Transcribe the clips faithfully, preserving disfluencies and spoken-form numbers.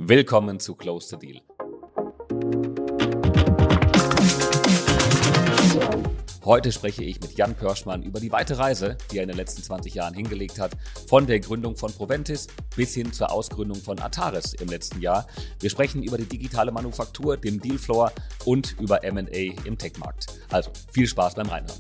Willkommen zu Close the Deal. Heute spreche ich mit Jan Pörschmann über die weite Reise, die er in den letzten zwanzig Jahren hingelegt hat, von der Gründung von Proventis bis hin zur Ausgründung von Ataris im letzten Jahr. Wir sprechen über die digitale Manufaktur, den Dealfloor und über M und A im Tech-Markt. Also viel Spaß beim Reinhören.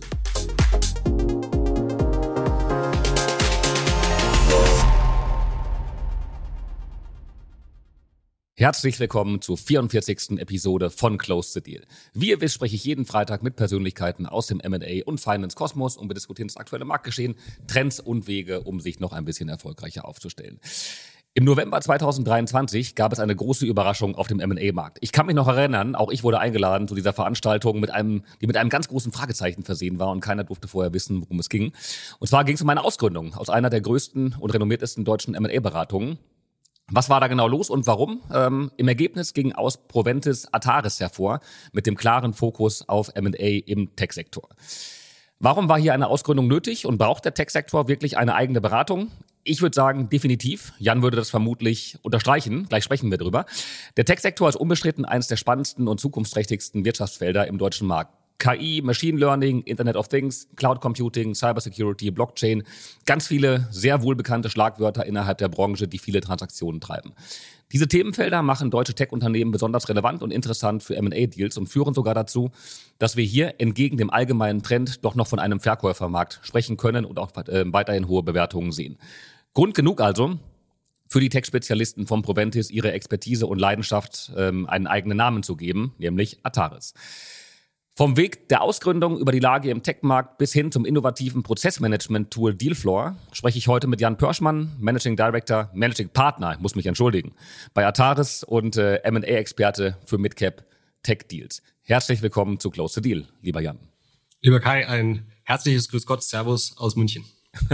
Herzlich willkommen zur vierundvierzigsten Episode von Close the Deal. Wie ihr wisst, spreche ich jeden Freitag mit Persönlichkeiten aus dem M und A und Finance-Kosmos und wir diskutieren das aktuelle Marktgeschehen, Trends und Wege, um sich noch ein bisschen erfolgreicher aufzustellen. Im November zweitausenddreiundzwanzig gab es eine große Überraschung auf dem M und A-Markt. Ich kann mich noch erinnern, auch ich wurde eingeladen zu dieser Veranstaltung, mit einem, die mit einem ganz großen Fragezeichen versehen war und keiner durfte vorher wissen, worum es ging. Und zwar ging es um meine Ausgründung aus einer der größten und renommiertesten deutschen M und A-Beratungen. Was war da genau los und warum? Ähm, Im Ergebnis ging aus Proventis Ataris hervor, mit dem klaren Fokus auf M und A im Tech-Sektor. Warum war hier eine Ausgründung nötig und braucht der Tech-Sektor wirklich eine eigene Beratung? Ich würde sagen, definitiv. Jan würde das vermutlich unterstreichen. Gleich sprechen wir drüber. Der Tech-Sektor ist unbestritten eines der spannendsten und zukunftsträchtigsten Wirtschaftsfelder im deutschen Markt. K I, Machine Learning, Internet of Things, Cloud Computing, Cybersecurity, Blockchain. Ganz viele sehr wohlbekannte Schlagwörter innerhalb der Branche, die viele Transaktionen treiben. Diese Themenfelder machen deutsche Tech-Unternehmen besonders relevant und interessant für M und A-Deals und führen sogar dazu, dass wir hier entgegen dem allgemeinen Trend doch noch von einem Verkäufermarkt sprechen können und auch äh, weiterhin hohe Bewertungen sehen. Grund genug also für die Tech-Spezialisten von Proventis, ihre Expertise und Leidenschaft ähm, einen eigenen Namen zu geben, nämlich Ataris. Vom Weg der Ausgründung über die Lage im Tech-Markt bis hin zum innovativen Prozessmanagement-Tool Dealfloor spreche ich heute mit Jan Pörschmann, Managing Director, Managing Partner, ich muss mich entschuldigen, bei Ataris und äh, M und A-Experte für Midcap Tech Deals. Herzlich willkommen zu Close the Deal, lieber Jan. Lieber Kai, ein herzliches Grüß Gott, Servus aus München.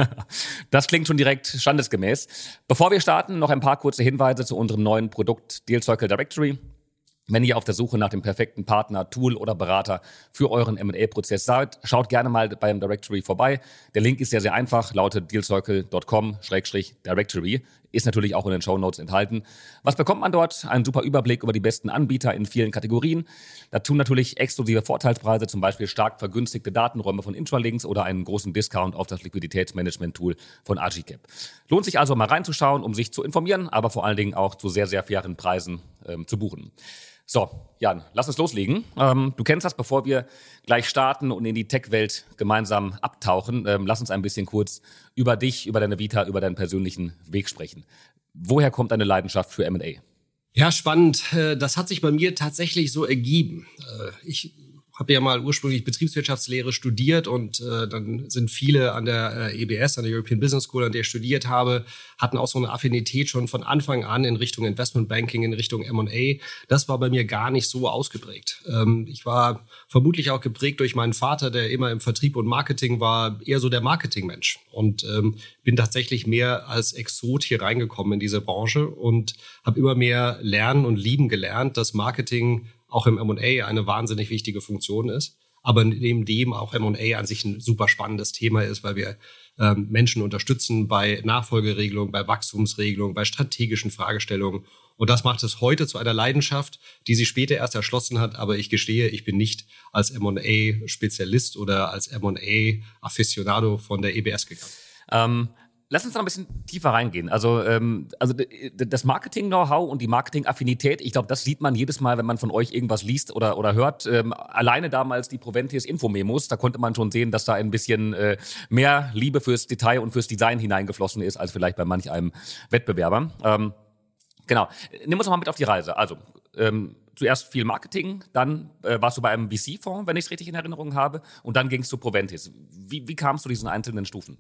Das klingt schon direkt standesgemäß. Bevor wir starten, noch ein paar kurze Hinweise zu unserem neuen Produkt Deal Circle Directory. Wenn ihr auf der Suche nach dem perfekten Partner, Tool oder Berater für euren M und A-Prozess seid, schaut gerne mal beim Directory vorbei. Der Link ist sehr, sehr einfach, lautet dealcircle dot com slash directory. Ist natürlich auch in den Shownotes enthalten. Was bekommt man dort? Einen super Überblick über die besten Anbieter in vielen Kategorien. Dazu natürlich exklusive Vorteilspreise, zum Beispiel stark vergünstigte Datenräume von Intralinks oder einen großen Discount auf das Liquiditätsmanagement-Tool von Agicap. Lohnt sich also mal reinzuschauen, um sich zu informieren, aber vor allen Dingen auch zu sehr, sehr fairen Preisen ähm, zu buchen. So, Jan, lass uns loslegen. Ähm, du kennst das, bevor wir gleich starten und in die Tech-Welt gemeinsam abtauchen. Ähm, lass uns ein bisschen kurz über dich, über deine Vita, über deinen persönlichen Weg sprechen. Woher kommt deine Leidenschaft für M und A? Ja, spannend. Das hat sich bei mir tatsächlich so ergeben. Ich habe ja mal ursprünglich Betriebswirtschaftslehre studiert und äh, dann sind viele an der äh, E B S, an der European Business School, an der ich studiert habe, hatten auch so eine Affinität schon von Anfang an in Richtung Investment Banking, in Richtung M und A. Das war bei mir gar nicht so ausgeprägt. Ähm, ich war vermutlich auch geprägt durch meinen Vater, der immer im Vertrieb und Marketing war, eher so der Marketingmensch und ähm, bin tatsächlich mehr als Exot hier reingekommen in diese Branche und habe immer mehr lernen und lieben gelernt, dass Marketing auch im M und A eine wahnsinnig wichtige Funktion ist, aber neben dem auch M und A an sich ein super spannendes Thema ist, weil wir ähm, Menschen unterstützen bei Nachfolgeregelungen, bei Wachstumsregelungen, bei strategischen Fragestellungen. Und das macht es heute zu einer Leidenschaft, die sich später erst erschlossen hat. Aber ich gestehe, ich bin nicht als M und A-Spezialist oder als M und A-Afficionado von der E B S gegangen. Ähm Lass uns da ein bisschen tiefer reingehen. Also, ähm, also das Marketing-Know-how und die Marketing-Affinität, ich glaube, das sieht man jedes Mal, wenn man von euch irgendwas liest oder, oder hört. Ähm, alleine damals die Proventis Infomemos, da konnte man schon sehen, dass da ein bisschen äh, mehr Liebe fürs Detail und fürs Design hineingeflossen ist, als vielleicht bei manch einem Wettbewerber. Ähm, genau. Nimm uns noch mal mit auf die Reise. Also, ähm, zuerst viel Marketing, dann äh, warst du bei einem V C-Fonds, wenn ich es richtig in Erinnerung habe, und dann ging es zu Proventis. Wie, wie kam es zu diesen einzelnen Stufen?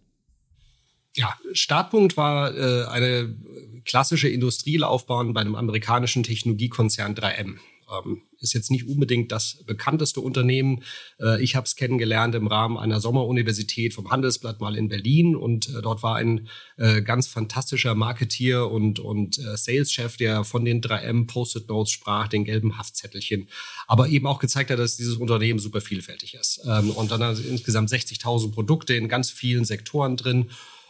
Ja, Startpunkt war äh, eine klassische Industrielaufbahn bei einem amerikanischen Technologiekonzern drei M. Ähm, ist jetzt nicht unbedingt das bekannteste Unternehmen. Äh, ich habe es kennengelernt im Rahmen einer Sommeruniversität vom Handelsblatt mal in Berlin und äh, dort war ein äh, ganz fantastischer Marketeer und, und äh, Saleschef, der von den drei M Post-it-Notes sprach, den gelben Haftzettelchen, aber eben auch gezeigt hat, dass dieses Unternehmen super vielfältig ist. Ähm, und dann also insgesamt sechzigtausend Produkte in ganz vielen Sektoren drin.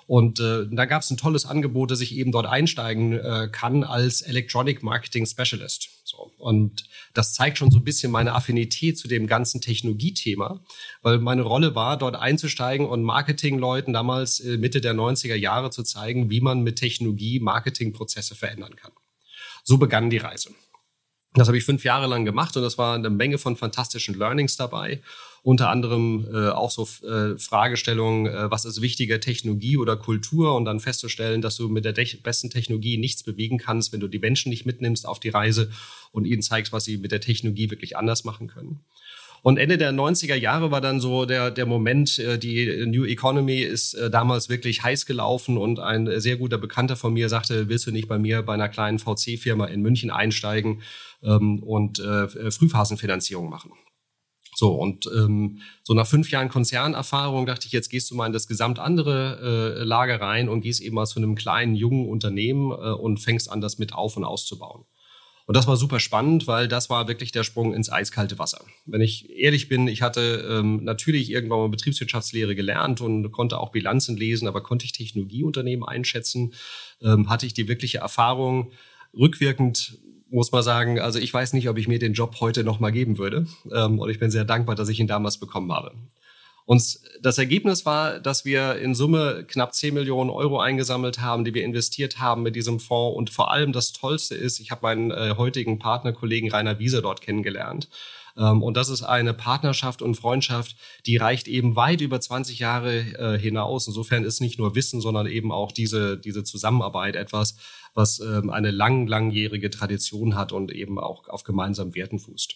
Und äh, da gab es ein tolles Angebot, dass ich eben dort einsteigen äh, kann als Electronic Marketing Specialist. So. Und das zeigt schon so ein bisschen meine Affinität zu dem ganzen Technologiethema, weil meine Rolle war, dort einzusteigen und Marketingleuten damals äh, Mitte der neunziger Jahre zu zeigen, wie man mit Technologie Marketingprozesse verändern kann. So begann die Reise. Das habe ich fünf Jahre lang gemacht und das war eine Menge von fantastischen Learnings dabei. Unter anderem äh, auch so äh, Fragestellungen, äh, was ist wichtiger, Technologie oder Kultur? Und dann festzustellen, dass du mit der de- besten Technologie nichts bewegen kannst, wenn du die Menschen nicht mitnimmst auf die Reise und ihnen zeigst, was sie mit der Technologie wirklich anders machen können. Und Ende der neunziger Jahre war dann so der, der Moment, äh, die New Economy ist äh, damals wirklich heiß gelaufen und ein sehr guter Bekannter von mir sagte, willst du nicht bei mir bei einer kleinen V C-Firma in München einsteigen ähm, und äh, Frühphasenfinanzierung machen? So, und ähm, so nach fünf Jahren Konzernerfahrung dachte ich, jetzt gehst du mal in das gesamt andere äh, Lager rein und gehst eben mal zu einem kleinen, jungen Unternehmen äh, und fängst an, das mit auf- und auszubauen. Und das war super spannend, weil das war wirklich der Sprung ins eiskalte Wasser. Wenn ich ehrlich bin, ich hatte ähm, natürlich irgendwann mal Betriebswirtschaftslehre gelernt und konnte auch Bilanzen lesen, aber konnte ich Technologieunternehmen einschätzen? Ähm, hatte ich die wirkliche Erfahrung? Rückwirkend muss man sagen, also ich weiß nicht, ob ich mir den Job heute noch mal geben würde. Ähm, und ich bin sehr dankbar, dass ich ihn damals bekommen habe. Und das Ergebnis war, dass wir in Summe knapp zehn Millionen Euro eingesammelt haben, die wir investiert haben mit diesem Fonds. Und vor allem das Tollste ist, ich habe meinen äh, heutigen Partnerkollegen Rainer Wieser dort kennengelernt. Ähm, und das ist eine Partnerschaft und Freundschaft, die reicht eben weit über zwanzig Jahre äh, hinaus. Insofern ist nicht nur Wissen, sondern eben auch diese, diese Zusammenarbeit etwas, was ähm, eine lang, langjährige Tradition hat und eben auch auf gemeinsamen Werten fußt.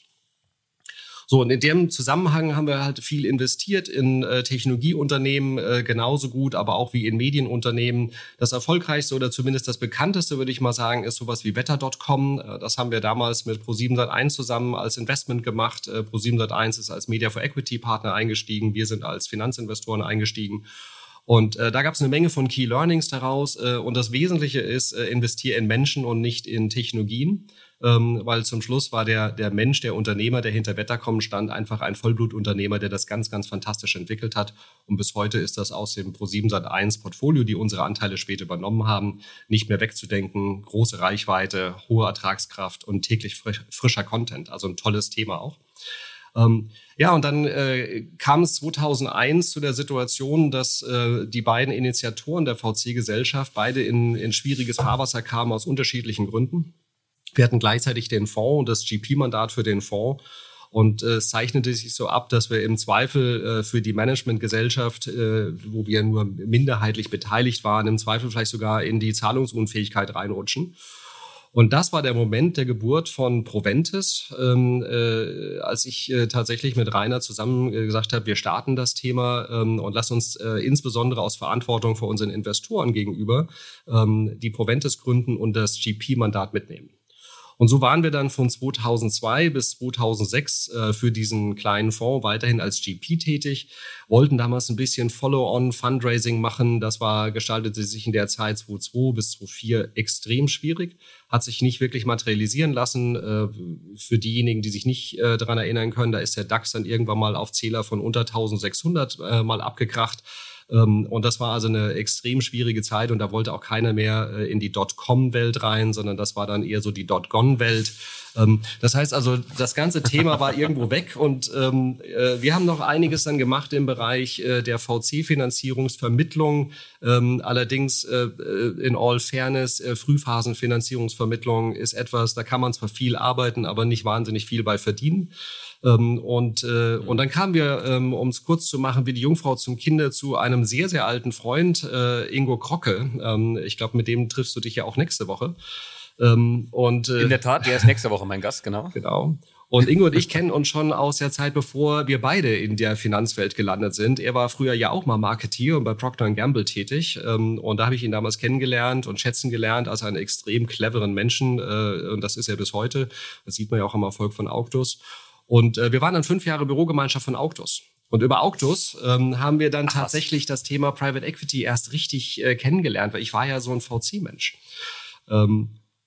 So, und in dem Zusammenhang haben wir halt viel investiert in äh, Technologieunternehmen, äh, genauso gut, aber auch wie in Medienunternehmen. Das erfolgreichste oder zumindest das bekannteste, würde ich mal sagen, ist sowas wie wetter Punkt com. Äh, das haben wir damals mit ProSieben Sat eins zusammen als Investment gemacht. Äh, ProSieben Sat eins ist als Media for Equity Partner eingestiegen. Wir sind als Finanzinvestoren eingestiegen. Und äh, da gab es eine Menge von Key Learnings daraus. Äh, und das Wesentliche ist, äh, investiere in Menschen und nicht in Technologien. Ähm, weil zum Schluss war der, der Mensch, der Unternehmer, der hinter wetter Punkt com stand, einfach ein Vollblutunternehmer, der das ganz, ganz fantastisch entwickelt hat. Und bis heute ist das aus dem ProSieben Sat eins Portfolio, die unsere Anteile später übernommen haben, nicht mehr wegzudenken. Große Reichweite, hohe Ertragskraft und täglich frisch, frischer Content. Also ein tolles Thema auch. Ähm, ja, und dann äh, kam es zweitausendeins zu der Situation, dass äh, die beiden Initiatoren der V C-Gesellschaft beide in, in schwieriges Fahrwasser kamen aus unterschiedlichen Gründen. Wir hatten gleichzeitig den Fonds und das G P-Mandat für den Fonds. Und äh, es zeichnete sich so ab, dass wir im Zweifel äh, für die Managementgesellschaft, äh, wo wir nur minderheitlich beteiligt waren, im Zweifel vielleicht sogar in die Zahlungsunfähigkeit reinrutschen. Und das war der Moment der Geburt von Proventis, ähm, äh, als ich äh, tatsächlich mit Rainer zusammen äh, gesagt habe, wir starten das Thema ähm, und lass uns äh, insbesondere aus Verantwortung vor unseren Investoren gegenüber ähm, die Proventis gründen und das G P-Mandat mitnehmen. Und so waren wir dann von zweitausendzwei bis zweitausendsechs äh, für diesen kleinen Fonds weiterhin als G P tätig, wollten damals ein bisschen Follow-on-Fundraising machen. Das war, gestaltete sich in der Zeit zweitausendzwei bis zweitausendvier extrem schwierig, hat sich nicht wirklich materialisieren lassen. Äh, für diejenigen, die sich nicht äh, daran erinnern können, da ist der DAX dann irgendwann mal auf Zähler von unter eintausendsechshundert äh, mal abgekracht. Um, und das war also eine extrem schwierige Zeit und da wollte auch keiner mehr äh, in die Dotcom-Welt rein, sondern das war dann eher so die Dotgon-Welt. Ähm, das heißt also, das ganze Thema war irgendwo weg und ähm, äh, wir haben noch einiges dann gemacht im Bereich äh, der V C-Finanzierungsvermittlung. Ähm, allerdings äh, in all Fairness, äh, Frühphasenfinanzierungsvermittlung ist etwas, da kann man zwar viel arbeiten, aber nicht wahnsinnig viel bei verdienen. Ähm, und, äh, und dann kamen wir, ähm, um es kurz zu machen, wie die Jungfrau zum Kinde zu einem sehr, sehr alten Freund, äh, Ingo Krocke. Ähm, ich glaube, mit dem triffst du dich ja auch nächste Woche. Ähm, und, äh, In der Tat, der ist nächste Woche mein Gast, genau. Genau. Und Ingo und ich kennen uns schon aus der Zeit, bevor wir beide in der Finanzwelt gelandet sind. Er war früher ja auch mal Marketeer und bei Procter and Gamble tätig. Ähm, und da habe ich ihn damals kennengelernt und schätzen gelernt als einen extrem cleveren Menschen. Äh, und das ist er bis heute. Das sieht man ja auch am Erfolg von Auctus. Und äh, wir waren dann fünf Jahre Bürogemeinschaft von Auctus. Und über Auctus ähm, haben wir dann Ach, tatsächlich das Thema Private Equity erst richtig äh, kennengelernt, weil ich war ja so ein V C-Mensch. Ähm,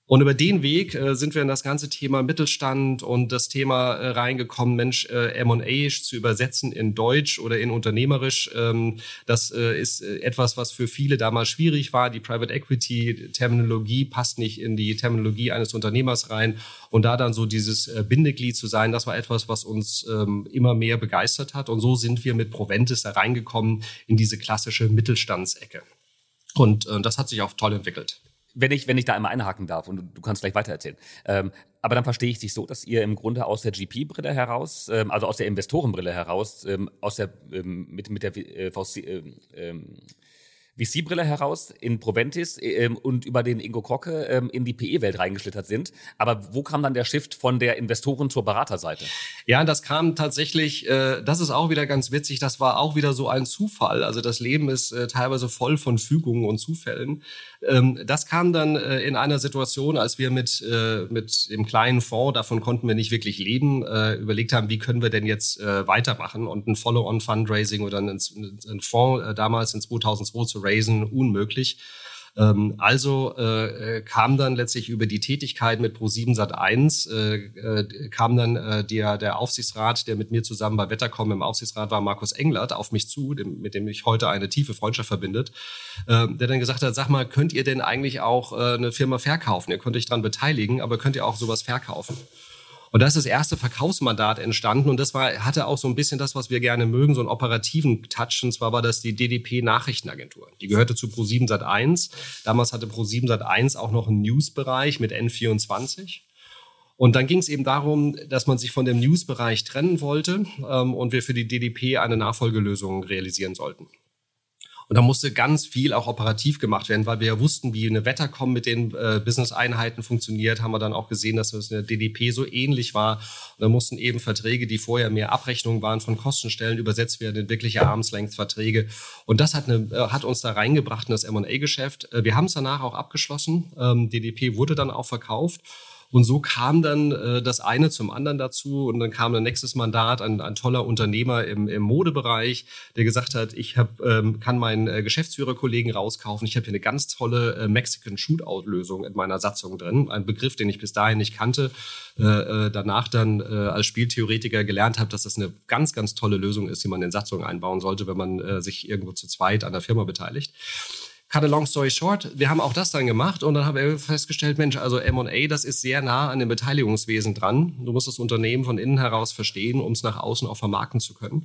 Und über den Weg äh, sind wir in das ganze Thema Mittelstand und das Thema äh, reingekommen, Mensch, äh, M und A zu übersetzen in Deutsch oder in unternehmerisch. Ähm, das äh, ist äh, etwas, was für viele damals schwierig war. Die Private Equity Terminologie passt nicht in die Terminologie eines Unternehmers rein. Und da dann so dieses äh, Bindeglied zu sein, das war etwas, was uns ähm, immer mehr begeistert hat. Und so sind wir mit Proventis da reingekommen in diese klassische Mittelstandsecke. Und äh, das hat sich auch toll entwickelt. Wenn ich, wenn ich da einmal einhaken darf und du, du kannst gleich weitererzählen. Ähm, aber dann verstehe ich dich so, dass ihr im Grunde aus der G P-Brille heraus, ähm, also aus der Investorenbrille heraus, ähm, aus der, ähm, mit, mit der äh, V C, äh, ähm, V C-Brille heraus in Proventis ähm, und über den Ingo Krocke ähm, in die P E-Welt reingeschlittert sind. Aber wo kam dann der Shift von der Investoren zur Beraterseite? Ja, das kam tatsächlich, äh, das ist auch wieder ganz witzig, das war auch wieder so ein Zufall. Also das Leben ist äh, teilweise voll von Fügungen und Zufällen. Ähm, das kam dann äh, in einer Situation, als wir mit, äh, mit dem kleinen Fonds, davon konnten wir nicht wirklich leben, äh, überlegt haben, wie können wir denn jetzt äh, weitermachen und ein Follow-on-Fundraising oder ein, ein Fonds äh, damals in zweitausendzwei zu raisen, unmöglich. Ähm, also äh, kam dann letztlich über die Tätigkeit mit ProSieben Sat eins äh, äh, kam dann äh, der, der Aufsichtsrat, der mit mir zusammen bei Wettercom im Aufsichtsrat war, Markus Englert, auf mich zu, dem, mit dem mich heute eine tiefe Freundschaft verbindet, äh, der dann gesagt hat, sag mal, könnt ihr denn eigentlich auch äh, eine Firma verkaufen? Ihr könnt euch daran beteiligen, aber könnt ihr auch sowas verkaufen? Und da ist das erste Verkaufsmandat entstanden und das war, hatte auch so ein bisschen das, was wir gerne mögen, so einen operativen Touch. Und zwar war das die D D P-Nachrichtenagentur. Die gehörte zu ProSieben Sat eins. Damals hatte ProSieben Sat eins auch noch einen News-Bereich mit N vierundzwanzig. Und dann ging es eben darum, dass man sich von dem News-Bereich trennen wollte ähm, und wir für die D D P eine Nachfolgelösung realisieren sollten. Und da musste ganz viel auch operativ gemacht werden, weil wir ja wussten, wie eine Wettercom mit den äh, Business-Einheiten funktioniert, haben wir dann auch gesehen, dass das in der D D P so ähnlich war. Und da mussten eben Verträge, die vorher mehr Abrechnungen waren von Kostenstellen, übersetzt werden in wirkliche Arm's-Length-Verträge. Und das hat, eine, äh, hat uns da reingebracht in das M und A-Geschäft. Äh, wir haben es danach auch abgeschlossen. Ähm, D D P wurde dann auch verkauft. Und so kam dann äh, das eine zum anderen dazu und dann kam ein nächstes Mandat, ein, ein toller Unternehmer im, im Modebereich, der gesagt hat, ich hab, ähm, kann meinen äh, Geschäftsführerkollegen rauskaufen. Ich habe hier eine ganz tolle äh, Mexican Shootout-Lösung in meiner Satzung drin. Ein Begriff, den ich bis dahin nicht kannte. Äh, äh, danach dann äh, als Spieltheoretiker gelernt habe, dass das eine ganz, ganz tolle Lösung ist, die man in Satzungen einbauen sollte, wenn man äh, sich irgendwo zu zweit an der Firma beteiligt. Cut a long story short, wir haben auch das dann gemacht und dann haben wir festgestellt, Mensch, also M und A, das ist sehr nah an dem Beteiligungswesen dran. Du musst das Unternehmen von innen heraus verstehen, um es nach außen auch vermarkten zu können.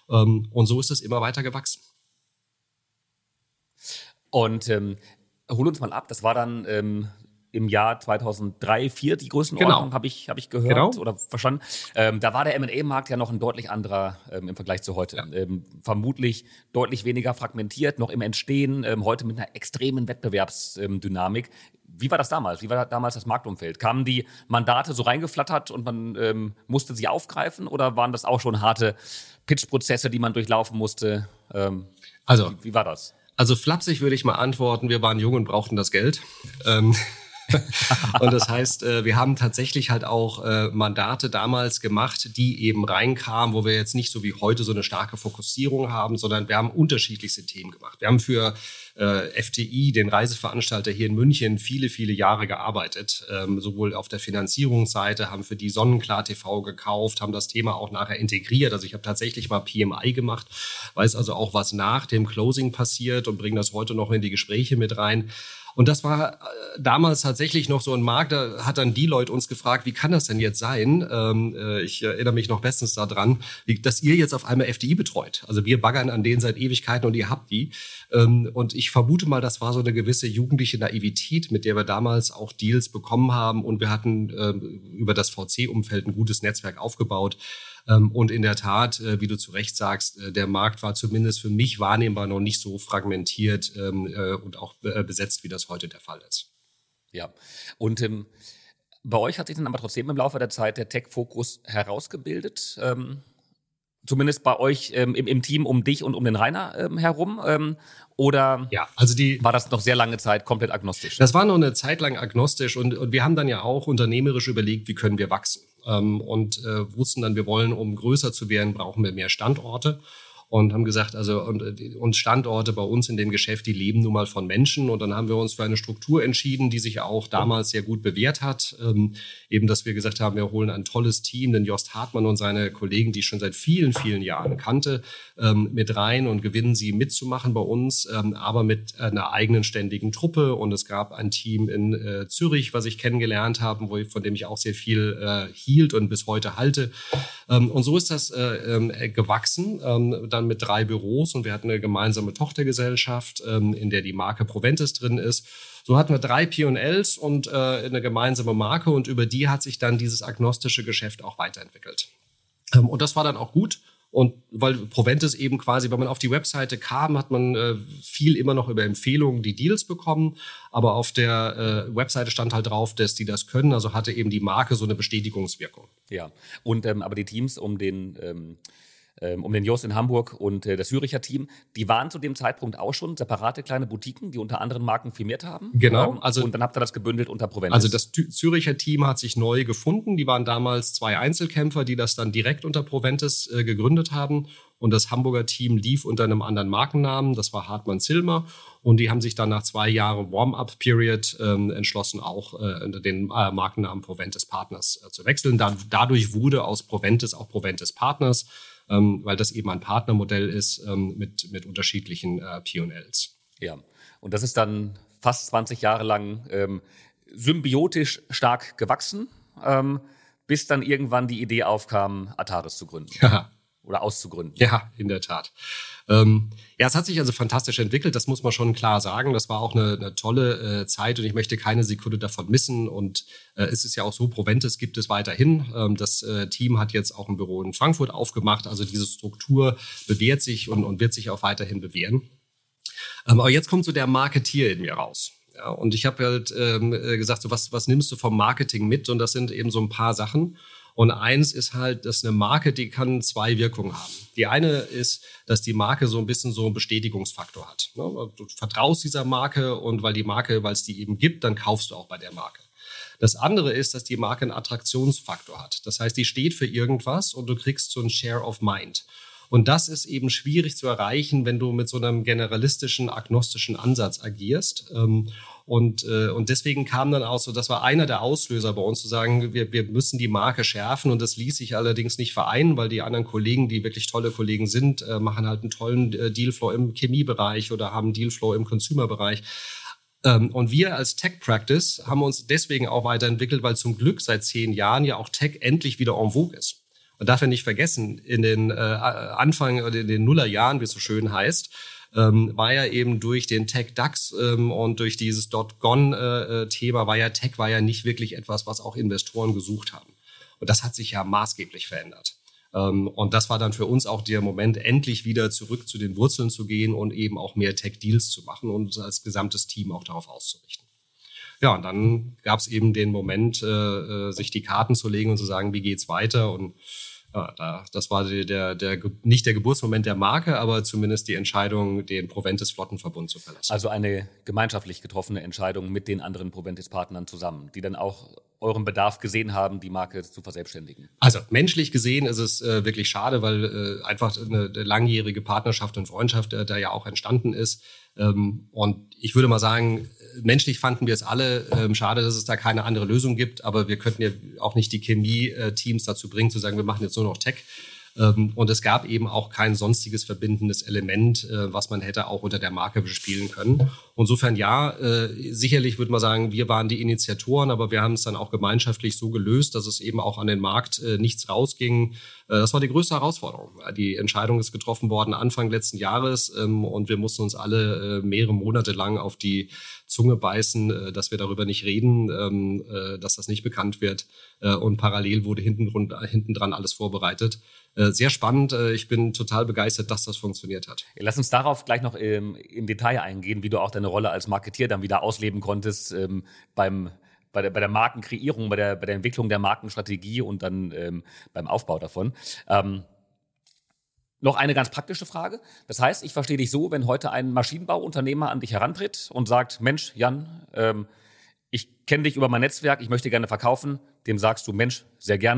Und so ist es immer weiter gewachsen. Und ähm, hol uns mal ab, das war dann ähm, im Jahr zweitausenddrei, zweitausendvier die Größenordnung, Genau. habe ich, hab ich gehört Genau. oder verstanden. Ähm, da war der M und A-Markt ja noch ein deutlich anderer ähm, im Vergleich zu heute. Ja. Ähm, vermutlich deutlich weniger fragmentiert, noch im Entstehen, ähm, heute mit einer extremen Wettbewerbsdynamik. Wie war das damals? Wie war damals das Marktumfeld? Kamen die Mandate so reingeflattert und man ähm, musste sie aufgreifen oder waren das auch schon harte Pitch-Prozesse, die man durchlaufen musste? Ähm, also, wie, wie war das? Also flapsig würde ich mal antworten, wir waren jung und brauchten das Geld. ähm Und das heißt, wir haben tatsächlich halt auch Mandate damals gemacht, die eben reinkamen, wo wir jetzt nicht so wie heute so eine starke Fokussierung haben, sondern wir haben unterschiedlichste Themen gemacht. Wir haben für F T I, den Reiseveranstalter hier in München, viele, viele Jahre gearbeitet. Sowohl auf der Finanzierungsseite, haben für die Sonnenklar T V gekauft, haben das Thema auch nachher integriert. Also ich habe tatsächlich mal P M I gemacht, weiß also auch, was nach dem Closing passiert und bringe das heute noch in die Gespräche mit rein. Und das war damals tatsächlich noch so ein Markt, da hat dann Deloitte uns gefragt, wie kann das denn jetzt sein? Ähm, äh, ich erinnere mich noch bestens daran, wie, dass ihr jetzt auf einmal F D I betreut. Also wir baggern an denen seit Ewigkeiten und ihr habt die. Ähm, und ich vermute mal, das war so eine gewisse jugendliche Naivität, mit der wir damals auch Deals bekommen haben. Und wir hatten äh, über das V C-Umfeld ein gutes Netzwerk aufgebaut. Und in der Tat, wie du zu Recht sagst, der Markt war zumindest für mich wahrnehmbar noch nicht so fragmentiert und auch besetzt, wie das heute der Fall ist. Ja, und ähm, bei euch hat sich dann aber trotzdem im Laufe der Zeit der Tech-Fokus herausgebildet. Ähm, zumindest bei euch ähm, im, im Team um dich und um den Rainer ähm, herum. Ähm, oder ja, also die, war das noch sehr lange Zeit komplett agnostisch? Das war noch eine Zeit lang agnostisch und, und wir haben dann ja auch unternehmerisch überlegt, wie können wir wachsen. Ähm, und äh, wussten dann, wir wollen, um größer zu werden, brauchen wir mehr Standorte. und haben gesagt, also und, und Standorte bei uns in dem Geschäft, die leben nun mal von Menschen. Und dann haben wir uns für eine Struktur entschieden, die sich auch damals sehr gut bewährt hat. Ähm, eben, dass wir gesagt haben, wir holen ein tolles Team, den Jost Hartmann und seine Kollegen, die ich schon seit vielen, vielen Jahren kannte, ähm, mit rein und gewinnen sie mitzumachen bei uns, ähm, aber mit einer eigenen ständigen Truppe. Und es gab ein Team in äh, Zürich, was ich kennengelernt habe, wo ich, von dem ich auch sehr viel äh, hielt und bis heute halte. Ähm, und so ist das äh, äh, gewachsen. Ähm, dann mit drei Büros und wir hatten eine gemeinsame Tochtergesellschaft, ähm, in der die Marke Proventis drin ist. So hatten wir drei P und Ls und äh, eine gemeinsame Marke und über die hat sich dann dieses agnostische Geschäft auch weiterentwickelt. Ähm, und das war dann auch gut. Und weil Proventis eben quasi, wenn man auf die Webseite kam, hat man äh, viel immer noch über Empfehlungen die Deals bekommen. Aber auf der äh, Webseite stand halt drauf, dass die das können. Also hatte eben die Marke so eine Bestätigungswirkung. Ja, und ähm, aber die Teams um den... Ähm um den Jost in Hamburg und äh, das Züricher Team, die waren zu dem Zeitpunkt auch schon separate kleine Boutiquen, die unter anderen Marken firmiert haben. Genau. Ähm, also, und dann habt ihr das gebündelt unter Proventis. Also das Züricher Team hat sich neu gefunden. Die waren damals zwei Einzelkämpfer, die das dann direkt unter Proventis äh, gegründet haben. Und das Hamburger Team lief unter einem anderen Markennamen. Das war Hartmann-Zillmer. Und die haben sich dann nach zwei Jahren Warm-up-Period ähm, entschlossen, auch äh, unter den äh, Markennamen Proventis Partners äh, zu wechseln. Da, dadurch wurde aus Proventis auch Proventis Partners, ähm, weil das eben ein Partnermodell ist ähm, mit, mit unterschiedlichen äh, P und Ls. Ja, und das ist dann fast zwanzig Jahre lang ähm, symbiotisch stark gewachsen, ähm, bis dann irgendwann die Idee aufkam, Ataris zu gründen. Ja. Oder auszugründen. Ja, in der Tat. Ähm, ja, es hat sich also fantastisch entwickelt, das muss man schon klar sagen. Das war auch eine, eine tolle äh, Zeit und ich möchte keine Sekunde davon missen. Und äh, es ist ja auch so, Proventis gibt es weiterhin. Ähm, das äh, Team hat jetzt auch ein Büro in Frankfurt aufgemacht. Also diese Struktur bewährt sich und, und wird sich auch weiterhin bewähren. Ähm, aber jetzt kommt so der Marketier in mir raus. Ja, und ich habe halt ähm, gesagt, so was, was nimmst du vom Marketing mit? Und das sind eben so ein paar Sachen. Und eins ist halt, dass eine Marke, die kann zwei Wirkungen haben. Die eine ist, dass die Marke so ein bisschen so einen Bestätigungsfaktor hat. Du vertraust dieser Marke und weil die Marke, weil es die eben gibt, dann kaufst du auch bei der Marke. Das andere ist, dass die Marke einen Attraktionsfaktor hat. Das heißt, die steht für irgendwas und du kriegst so einen Share of Mind. Und das ist eben schwierig zu erreichen, wenn du mit so einem generalistischen, agnostischen Ansatz agierst. Und, und deswegen kam dann auch so, das war einer der Auslöser bei uns, zu sagen, wir, wir müssen die Marke schärfen. Und das ließ sich allerdings nicht vereinen, weil die anderen Kollegen, die wirklich tolle Kollegen sind, machen halt einen tollen Dealflow im Chemiebereich oder haben Dealflow im Consumer-Bereich. Und wir als Tech Practice haben uns deswegen auch weiterentwickelt, weil zum Glück seit zehn Jahren ja auch Tech endlich wieder en vogue ist. Man darf ja nicht vergessen, in den äh, Anfang oder in den Nullerjahren, wie es so schön heißt, ähm, war ja eben durch den Tech-DAX ähm, und durch dieses Dot-Gon-Thema war ja Tech war ja nicht wirklich etwas, was auch Investoren gesucht haben. Und das hat sich ja maßgeblich verändert. Ähm, und das war dann für uns auch der Moment, endlich wieder zurück zu den Wurzeln zu gehen und eben auch mehr Tech-Deals zu machen und als gesamtes Team auch darauf auszurichten. Ja, und dann gab es eben den Moment, äh, sich die Karten zu legen und zu sagen, wie geht's weiter? Und ja, da, das war der, der, der, nicht der Geburtsmoment der Marke, aber zumindest die Entscheidung, den Proventis Flottenverbund zu verlassen. Also eine gemeinschaftlich getroffene Entscheidung mit den anderen Proventis-Partnern zusammen, die dann auch euren Bedarf gesehen haben, die Marke zu verselbstständigen. Also menschlich gesehen ist es äh, wirklich schade, weil äh, einfach eine, eine langjährige Partnerschaft und Freundschaft äh, da ja auch entstanden ist. Ähm, und ich würde mal sagen, menschlich fanden wir es alle ähm, schade, dass es da keine andere Lösung gibt, aber wir könnten ja auch nicht die Chemie-Teams dazu bringen, zu sagen, wir machen jetzt nur noch Tech. Ähm, und es gab eben auch kein sonstiges verbindendes Element, äh, was man hätte auch unter der Marke bespielen können. Insofern ja, äh, sicherlich würde man sagen, wir waren die Initiatoren, aber wir haben es dann auch gemeinschaftlich so gelöst, dass es eben auch an den Markt äh, nichts rausging. Äh, das war die größte Herausforderung. Die Entscheidung ist getroffen worden Anfang letzten Jahres ähm, und wir mussten uns alle äh, mehrere Monate lang auf die Zunge beißen, äh, dass wir darüber nicht reden, ähm, äh, dass das nicht bekannt wird. Äh, und parallel wurde hinten, rund, hinten dran alles vorbereitet. Äh, sehr spannend. Äh, ich bin total begeistert, dass das funktioniert hat. Lass uns darauf gleich noch ähm, im Detail eingehen, wie du auch deine Rolle als Marketier dann wieder ausleben konntest ähm, beim Bei der, bei der Markenkreierung, bei der, bei der Entwicklung der Markenstrategie und dann ähm, beim Aufbau davon. Ähm, noch eine ganz praktische Frage. Das heißt, ich verstehe dich so, wenn heute ein Maschinenbauunternehmer an dich herantritt und sagt, Mensch, Jan, ähm, ich kenne dich über mein Netzwerk, ich möchte gerne verkaufen, dem sagst du, Mensch, sehr gerne,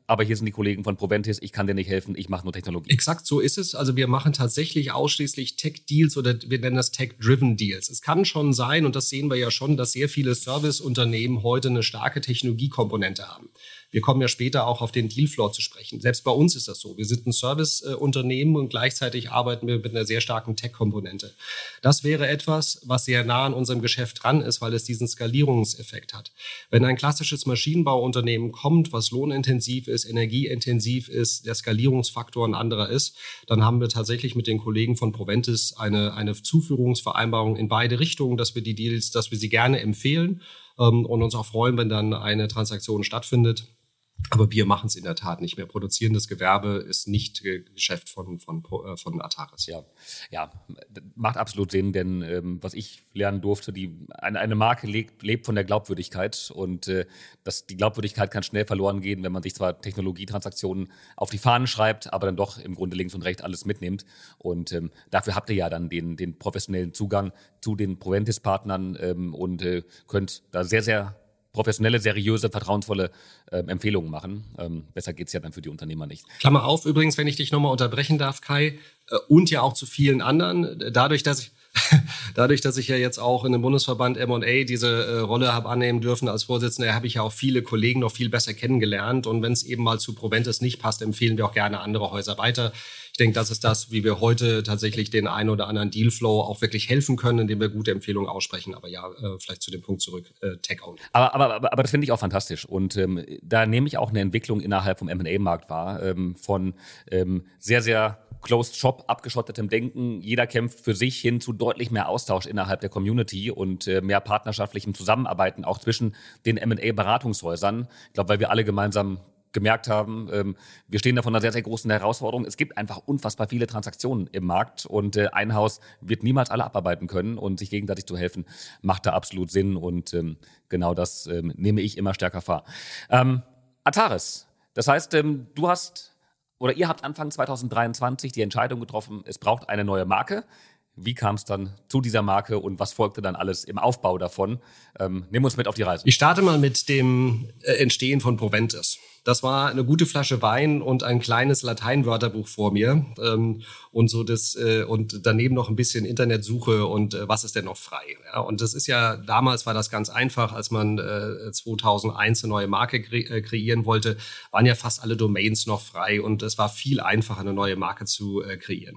aber hier sind die Kollegen von Proventis, ich kann dir nicht helfen, ich mache nur Technologie. Exakt so ist es. Also wir machen tatsächlich ausschließlich Tech-Deals oder wir nennen das Tech-Driven Deals. Es kann schon sein, und das sehen wir ja schon, dass sehr viele Serviceunternehmen heute eine starke Technologiekomponente haben. Wir kommen ja später auch auf den Dealfloor zu sprechen. Selbst bei uns ist das so. Wir sind ein Serviceunternehmen und gleichzeitig arbeiten wir mit einer sehr starken Tech-Komponente. Das wäre etwas, was sehr nah an unserem Geschäft dran ist, weil es diesen Skalierungseffekt hat. Wenn ein klassisches Maschinenbauunternehmen kommt, was lohnintensiv ist, energieintensiv ist, der Skalierungsfaktor ein anderer ist, dann haben wir tatsächlich mit den Kollegen von Proventis eine, eine Zuführungsvereinbarung in beide Richtungen, dass wir die Deals, dass wir sie gerne empfehlen ähm, und uns auch freuen, wenn dann eine Transaktion stattfindet. Aber wir machen es in der Tat nicht mehr. Produzierendes Gewerbe ist nicht Geschäft von, von, von Ataris. Ja, ja, macht absolut Sinn, denn ähm, was ich lernen durfte, die, eine, eine Marke lebt, lebt von der Glaubwürdigkeit und äh, das, die Glaubwürdigkeit kann schnell verloren gehen, wenn man sich zwar Technologietransaktionen auf die Fahnen schreibt, aber dann doch im Grunde links und rechts alles mitnimmt. Und ähm, dafür habt ihr ja dann den, den professionellen Zugang zu den Proventis-Partnern ähm, und äh, könnt da sehr, sehr professionelle, seriöse, vertrauensvolle äh, Empfehlungen machen. Ähm, besser geht's ja dann für die Unternehmer nicht. Klammer auf übrigens, wenn ich dich nochmal unterbrechen darf, Kai, äh, und ja auch zu vielen anderen. Dadurch, dass ich Dadurch, dass ich ja jetzt auch in dem Bundesverband M und A diese äh, Rolle habe annehmen dürfen als Vorsitzender, habe ich ja auch viele Kollegen noch viel besser kennengelernt. Und wenn es eben mal zu Proventis nicht passt, empfehlen wir auch gerne andere Häuser weiter. Ich denke, das ist das, wie wir heute tatsächlich den einen oder anderen Dealflow auch wirklich helfen können, indem wir gute Empfehlungen aussprechen. Aber ja, äh, vielleicht zu dem Punkt zurück, äh, Tech-Owned. Aber, aber, aber, aber das finde ich auch fantastisch. Und ähm, da nehme ich auch eine Entwicklung innerhalb vom M und A-Markt wahr, ähm, von ähm, sehr, sehr Closed Shop, abgeschottetem Denken. Jeder kämpft für sich hin zu deutlich mehr Austausch innerhalb der Community und äh, mehr partnerschaftlichem Zusammenarbeiten auch zwischen den M und A-Beratungshäusern. Ich glaube, weil wir alle gemeinsam gemerkt haben, ähm, wir stehen da vor einer sehr, sehr großen Herausforderung. Es gibt einfach unfassbar viele Transaktionen im Markt und äh, ein Haus wird niemals alle abarbeiten können und sich gegenseitig zu helfen, macht da absolut Sinn und ähm, genau das ähm, nehme ich immer stärker wahr. Ähm, Ataris, das heißt, ähm, du hast oder ihr habt Anfang zwanzig dreiundzwanzig die Entscheidung getroffen, es braucht eine neue Marke. Wie kam es dann zu dieser Marke und was folgte dann alles im Aufbau davon? Ähm, nimm uns mit auf die Reise. Ich starte mal mit dem äh, Entstehen von Proventis. Das war eine gute Flasche Wein und ein kleines Lateinwörterbuch vor mir ähm, und so das äh, und daneben noch ein bisschen Internetsuche und äh, was ist denn noch frei? Ja, und das ist ja, damals war das ganz einfach, als man äh, zweitausendeins eine neue Marke kre- äh, kreieren wollte, waren ja fast alle Domains noch frei und es war viel einfacher, eine neue Marke zu äh, kreieren.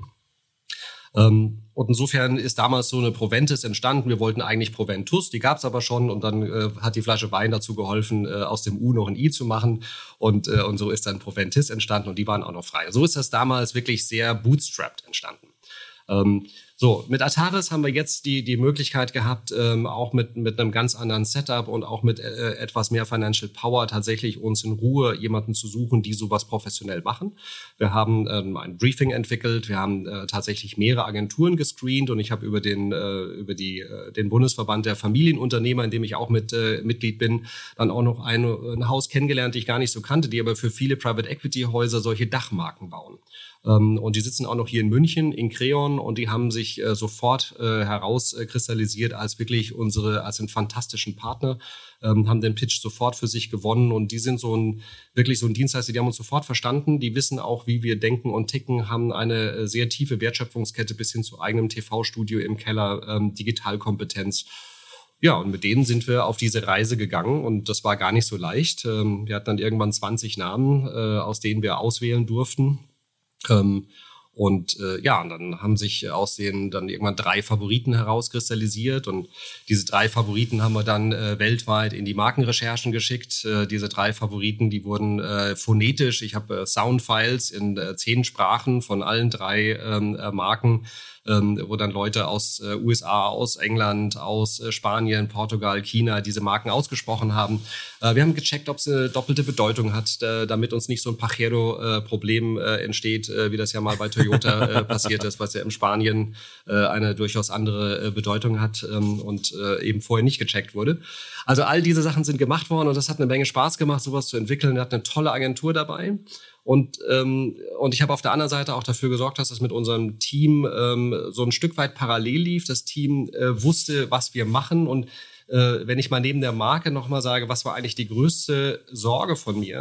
Ähm, und insofern ist damals so eine Proventis entstanden. Wir wollten eigentlich Proventus, die gab es aber schon und dann äh, hat die Flasche Wein dazu geholfen, äh, aus dem U noch ein I zu machen und, äh, und so ist dann Proventis entstanden und die waren auch noch frei. So ist das damals wirklich sehr bootstrapped entstanden. Ähm, so, mit Ataris haben wir jetzt die, die Möglichkeit gehabt, ähm, auch mit, mit einem ganz anderen Setup und auch mit äh, etwas mehr Financial Power tatsächlich uns in Ruhe jemanden zu suchen, die sowas professionell machen. Wir haben ähm, ein Briefing entwickelt, wir haben äh, tatsächlich mehrere Agenturen gescreent und ich habe über den äh, über die äh, den Bundesverband der Familienunternehmer, in dem ich auch mit äh, Mitglied bin, dann auch noch ein, ein Haus kennengelernt, die ich gar nicht so kannte, die aber für viele Private Equity Häuser solche Dachmarken bauen. Um, und die sitzen auch noch hier in München, in Creon, und die haben sich äh, sofort äh, herauskristallisiert als wirklich unsere, als einen fantastischen Partner, ähm, haben den Pitch sofort für sich gewonnen und die sind so ein, wirklich so ein Dienstleister, die haben uns sofort verstanden, die wissen auch, wie wir denken und ticken, haben eine äh, sehr tiefe Wertschöpfungskette bis hin zu eigenem T V-Studio im Keller, ähm, Digitalkompetenz. Ja, und mit denen sind wir auf diese Reise gegangen und das war gar nicht so leicht. Ähm, wir hatten dann irgendwann zwanzig Namen, äh, aus denen wir auswählen durften. Ähm, und äh, ja, und dann haben sich aus den dann irgendwann drei Favoriten herauskristallisiert und diese drei Favoriten haben wir dann äh, weltweit in die Markenrecherchen geschickt. Äh, diese drei Favoriten, die wurden äh, phonetisch, ich habe äh, Soundfiles in äh, zehn Sprachen von allen drei ähm, äh, Marken, ähm, wo dann Leute aus äh, U S A, aus England, aus äh, Spanien, Portugal, China diese Marken ausgesprochen haben. Äh, wir haben gecheckt, ob es eine doppelte Bedeutung hat, äh, damit uns nicht so ein Pajero-Problem äh, äh, entsteht, äh, wie das ja mal bei Toyota äh, passiert ist, was ja in Spanien äh, eine durchaus andere äh, Bedeutung hat ähm, und äh, eben vorher nicht gecheckt wurde. Also all diese Sachen sind gemacht worden und das hat eine Menge Spaß gemacht, sowas zu entwickeln. Wir hatten eine tolle Agentur dabei. Und, ähm, und ich habe auf der anderen Seite auch dafür gesorgt, dass das mit unserem Team ähm, so ein Stück weit parallel lief. Das Team äh, wusste, was wir machen. Und äh, wenn ich mal neben der Marke nochmal sage, was war eigentlich die größte Sorge von mir,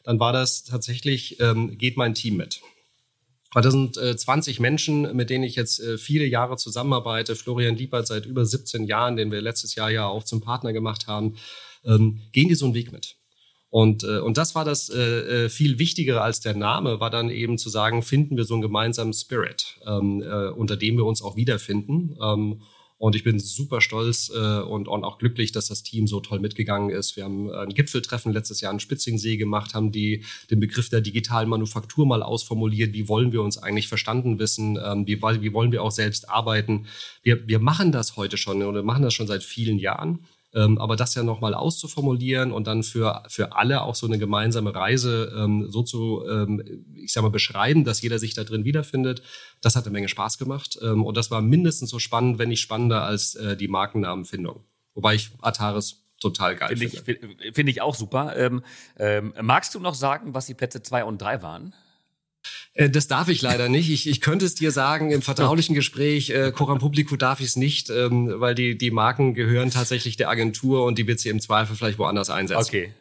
dann war das tatsächlich, ähm, geht mein Team mit. Das sind äh, zwanzig Menschen, mit denen ich jetzt äh, viele Jahre zusammenarbeite. Florian Liebert seit über siebzehn Jahren, den wir letztes Jahr ja auch zum Partner gemacht haben, ähm, gehen die so einen Weg mit. Und, äh, und das war das äh, viel Wichtigere als der Name, war dann eben zu sagen, finden wir so einen gemeinsamen Spirit, ähm, äh, unter dem wir uns auch wiederfinden. Ähm, Und ich bin super stolz äh, und, und auch glücklich, dass das Team so toll mitgegangen ist. Wir haben ein Gipfeltreffen letztes Jahr in Spitzingsee gemacht, haben die, den Begriff der digitalen Manufaktur mal ausformuliert. Wie wollen wir uns eigentlich verstanden wissen? Ähm, wie, wie wollen wir auch selbst arbeiten? Wir, wir machen das heute schon oder machen das schon seit vielen Jahren. Ähm, aber das ja nochmal auszuformulieren und dann für, für alle auch so eine gemeinsame Reise ähm, so zu, ähm, ich sag mal, beschreiben, dass jeder sich da drin wiederfindet, das hat eine Menge Spaß gemacht. Ähm, und das war mindestens so spannend, wenn nicht spannender als äh, die Markennamenfindung. Wobei ich Ataris total geil finde. finde. Finde ich, find ich auch super. Ähm, ähm, magst du noch sagen, was die Plätze zwei und drei waren? Das darf ich leider nicht. Ich, ich könnte es dir sagen, im vertraulichen Gespräch, äh, Coram Publico darf ich es nicht, ähm, weil die, die Marken gehören tatsächlich der Agentur und die wird sie im Zweifel vielleicht woanders einsetzen. Okay.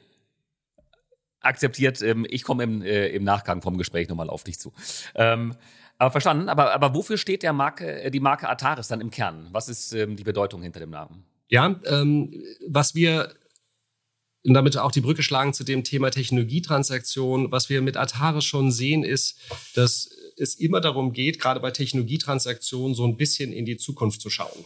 Akzeptiert, ähm, ich komme im, äh, im Nachgang vom Gespräch nochmal auf dich zu. Ähm, aber verstanden, aber, aber wofür steht der Marke, die Marke Ataris dann im Kern? Was ist ähm, die Bedeutung hinter dem Namen? Ja, ähm, was wir... Und damit auch die Brücke schlagen zu dem Thema Technologietransaktion. Was wir mit Ataris schon sehen, ist, dass es immer darum geht, gerade bei Technologietransaktionen so ein bisschen in die Zukunft zu schauen.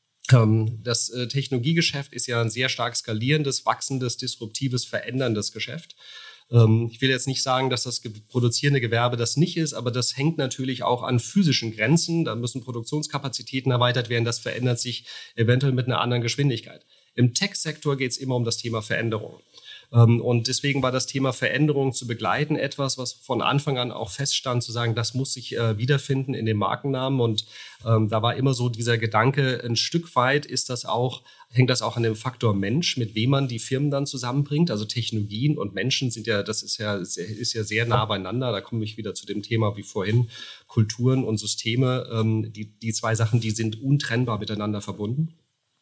Das Technologiegeschäft ist ja ein sehr stark skalierendes, wachsendes, disruptives, veränderndes Geschäft. Ich will jetzt nicht sagen, dass das produzierende Gewerbe das nicht ist, aber das hängt natürlich auch an physischen Grenzen. Da müssen Produktionskapazitäten erweitert werden. Das verändert sich eventuell mit einer anderen Geschwindigkeit. Im Tech-Sektor geht es immer um das Thema Veränderung. Und deswegen war das Thema Veränderung zu begleiten etwas, was von Anfang an auch feststand, zu sagen, das muss sich äh, wiederfinden in dem Markennamen. Und ähm, da war immer so dieser Gedanke, ein Stück weit ist das auch, hängt das auch an dem Faktor Mensch, mit wem man die Firmen dann zusammenbringt. Also Technologien und Menschen sind ja, das ist ja, ist ja sehr nah beieinander. Da komme ich wieder zu dem Thema wie vorhin, Kulturen und Systeme. Ähm, die, die zwei Sachen, die sind untrennbar miteinander verbunden.